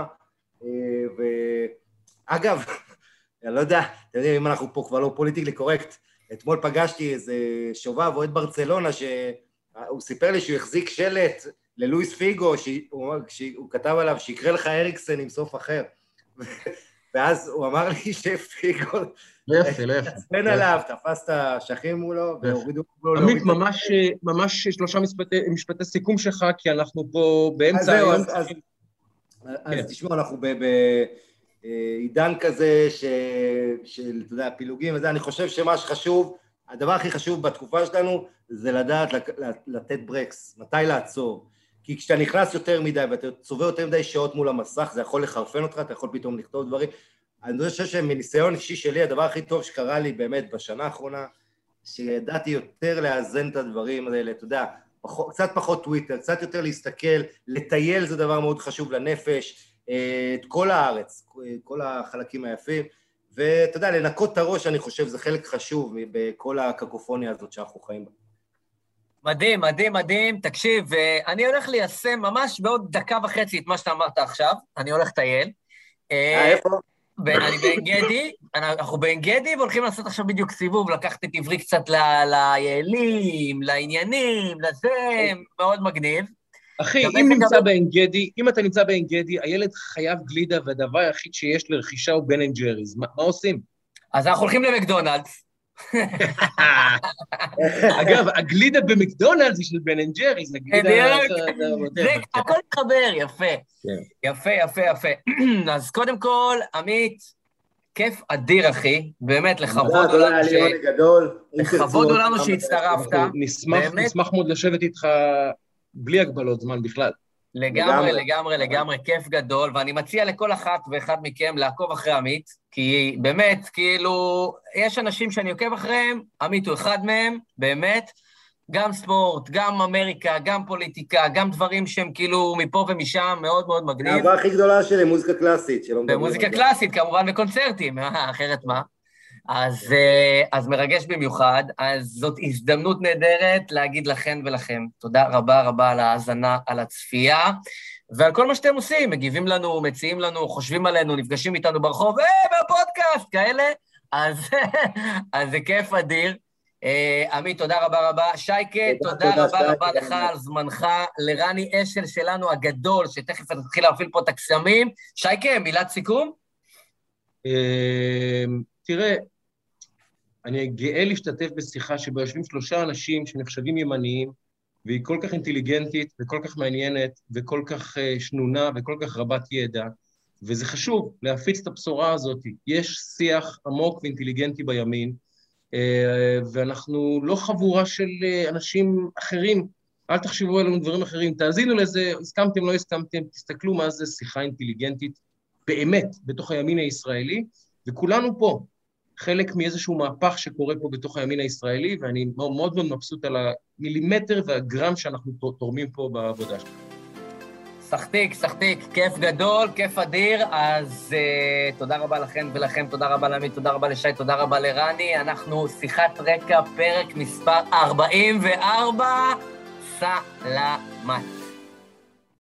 ואגב, אני לא יודע, אתם יודעים, אם אנחנו פה כבר לא פוליטיקלי קורקט, אתמול פגשתי איזה שובב אוהד ברצלונה, שהוא סיפר לי שהוא החזיק שלט ללואיס פיגו, שהוא כתב עליו שיקרה לך אריקסן עם סוף אחר, ואז הוא אמר לי שפיגו, לא יפה, לא יפה. תצפן עליו, תפס את השכים מולו, והורידו מולו. עמית, ממש שלושה משפטי סיכום שלך, כי אנחנו פה באמצע היום. אז תשמעו, אנחנו בעידן כזה של, אתה יודע, פילוגים וזה, אני חושב שמה שחשוב, הדבר הכי חשוב בתקופה שלנו, זה לדעת לתת ברקס, מתי לעצור. כי כשאתה נכנס יותר מדי, ואתה צובר יותר מדי שעות מול המסך, זה יכול לחרפן אותך, אתה יכול פתאום לכתוב דברים. אני חושב שמניסיון אישי שלי, הדבר הכי טוב שקרה לי באמת בשנה האחרונה, שידעתי יותר לאזן את הדברים האלה, אתה יודע, פחות, קצת פחות טוויטר, קצת יותר להסתכל, לטייל זה דבר מאוד חשוב לנפש, את כל הארץ, כל החלקים היפים, ואתה יודע, לנקות את הראש, אני חושב, זה חלק חשוב בכל הקקופוניה הזאת שאנחנו חיים בה. מדהים, מדהים, מדהים. תקשיב, אני הולך ליישם ממש בעוד דקה וחצי את מה שאתה אמרת עכשיו, אני הולך לטייל. אה, איפה? אני בעין גדי, אנחנו בעין גדי, והולכים לעשות עכשיו בדיוק סיבוב, לקחת את עברי קצת ליעלים, לעניינים, לזה, מאוד מגניב. אחי, אם נמצא בעין גדי, אם אתה נמצא בעין גדי, הילד חייב גלידה, והדבר היחיד שיש לרכישה הוא בן אנד ג'ריז. מה עושים? אז אנחנו הולכים למקדונלדס. אגב, הגלידה במקדונלדס היא של בן אנד ג'ריז, זה הכל מתחבר, יפה. יפה, יפה, יפה. אז קודם כל, עמית, כיף אדיר, אחי, באמת, לכבוד עולנו שהצטרפת. נשמח מאוד לשבת איתך בלי הגבלות זמן בכלל. לגמרי, לגמרי, לגמרי, כיף גדול, ואני מציע לכל אחת ואחד מכם לעקוב אחרי עמית, כי באמת, כאילו, יש אנשים שאני עוקב אחריהם, עמית הוא אחד מהם, באמת, גם ספורט, גם אמריקה, גם פוליטיקה, גם דברים שהם כאילו מפה ומשם, מאוד מאוד מגניב. העבר הכי גדולה שלי, מוזיקה קלאסית. במוזיקה קלאסית, כמובן, בקונצרטים, אחרת מה? אז, אז מרגש במיוחד, אז זאת הזדמנות נהדרת להגיד לכן ולכם. תודה רבה רבה על ההאזנה, על הצפייה, ועל כל מה שאתם עושים, מגיבים לנו, מציעים לנו, חושבים עלינו, נפגשים איתנו ברחוב, אה, בפודקאסט, כאלה, אז, אז זה כיף אדיר. עמית, תודה רבה רבה. שייקה, תודה רבה רבה לך על זמנך, לרני אשל שלנו הגדול, שתכף תתחיל להפעיל פה את הקסמים. שייקה, מילת סיכום? תראה, אני גאה להשתתף בשיחה שבה יושבים שלושה אנשים שנחשבים ימניים, והיא כל כך אינטליגנטית וכל כך מעניינת וכל כך שנונה וכל כך רבת ידע, וזה חשוב להפיץ את הבשורה הזאת. יש שיח עמוק ואינטליגנטי בימין, ואנחנו לא חבורה של אנשים אחרים, אל תחשבו עלינו דברים אחרים, תאזינו לזה, הסכמתם, לא הסכמתם, תסתכלו מה זה שיחה אינטליגנטית באמת בתוך הימין הישראלי, וכולנו פה. חלק מאיזשהו מהפך שקורה פה בתוך הימין הישראלי, ואני מאוד מאוד מבסוט על המילימטר והגרם שאנחנו תורמים פה בעבודה שלנו. שחתיק, שחתיק, כיף גדול, כיף אדיר, אז uh, תודה רבה לכם ולכם, תודה רבה לעמית, תודה רבה לשי, תודה רבה לרני, אנחנו שיחת רקע, פרק מספר ארבעים וארבע, סלמת.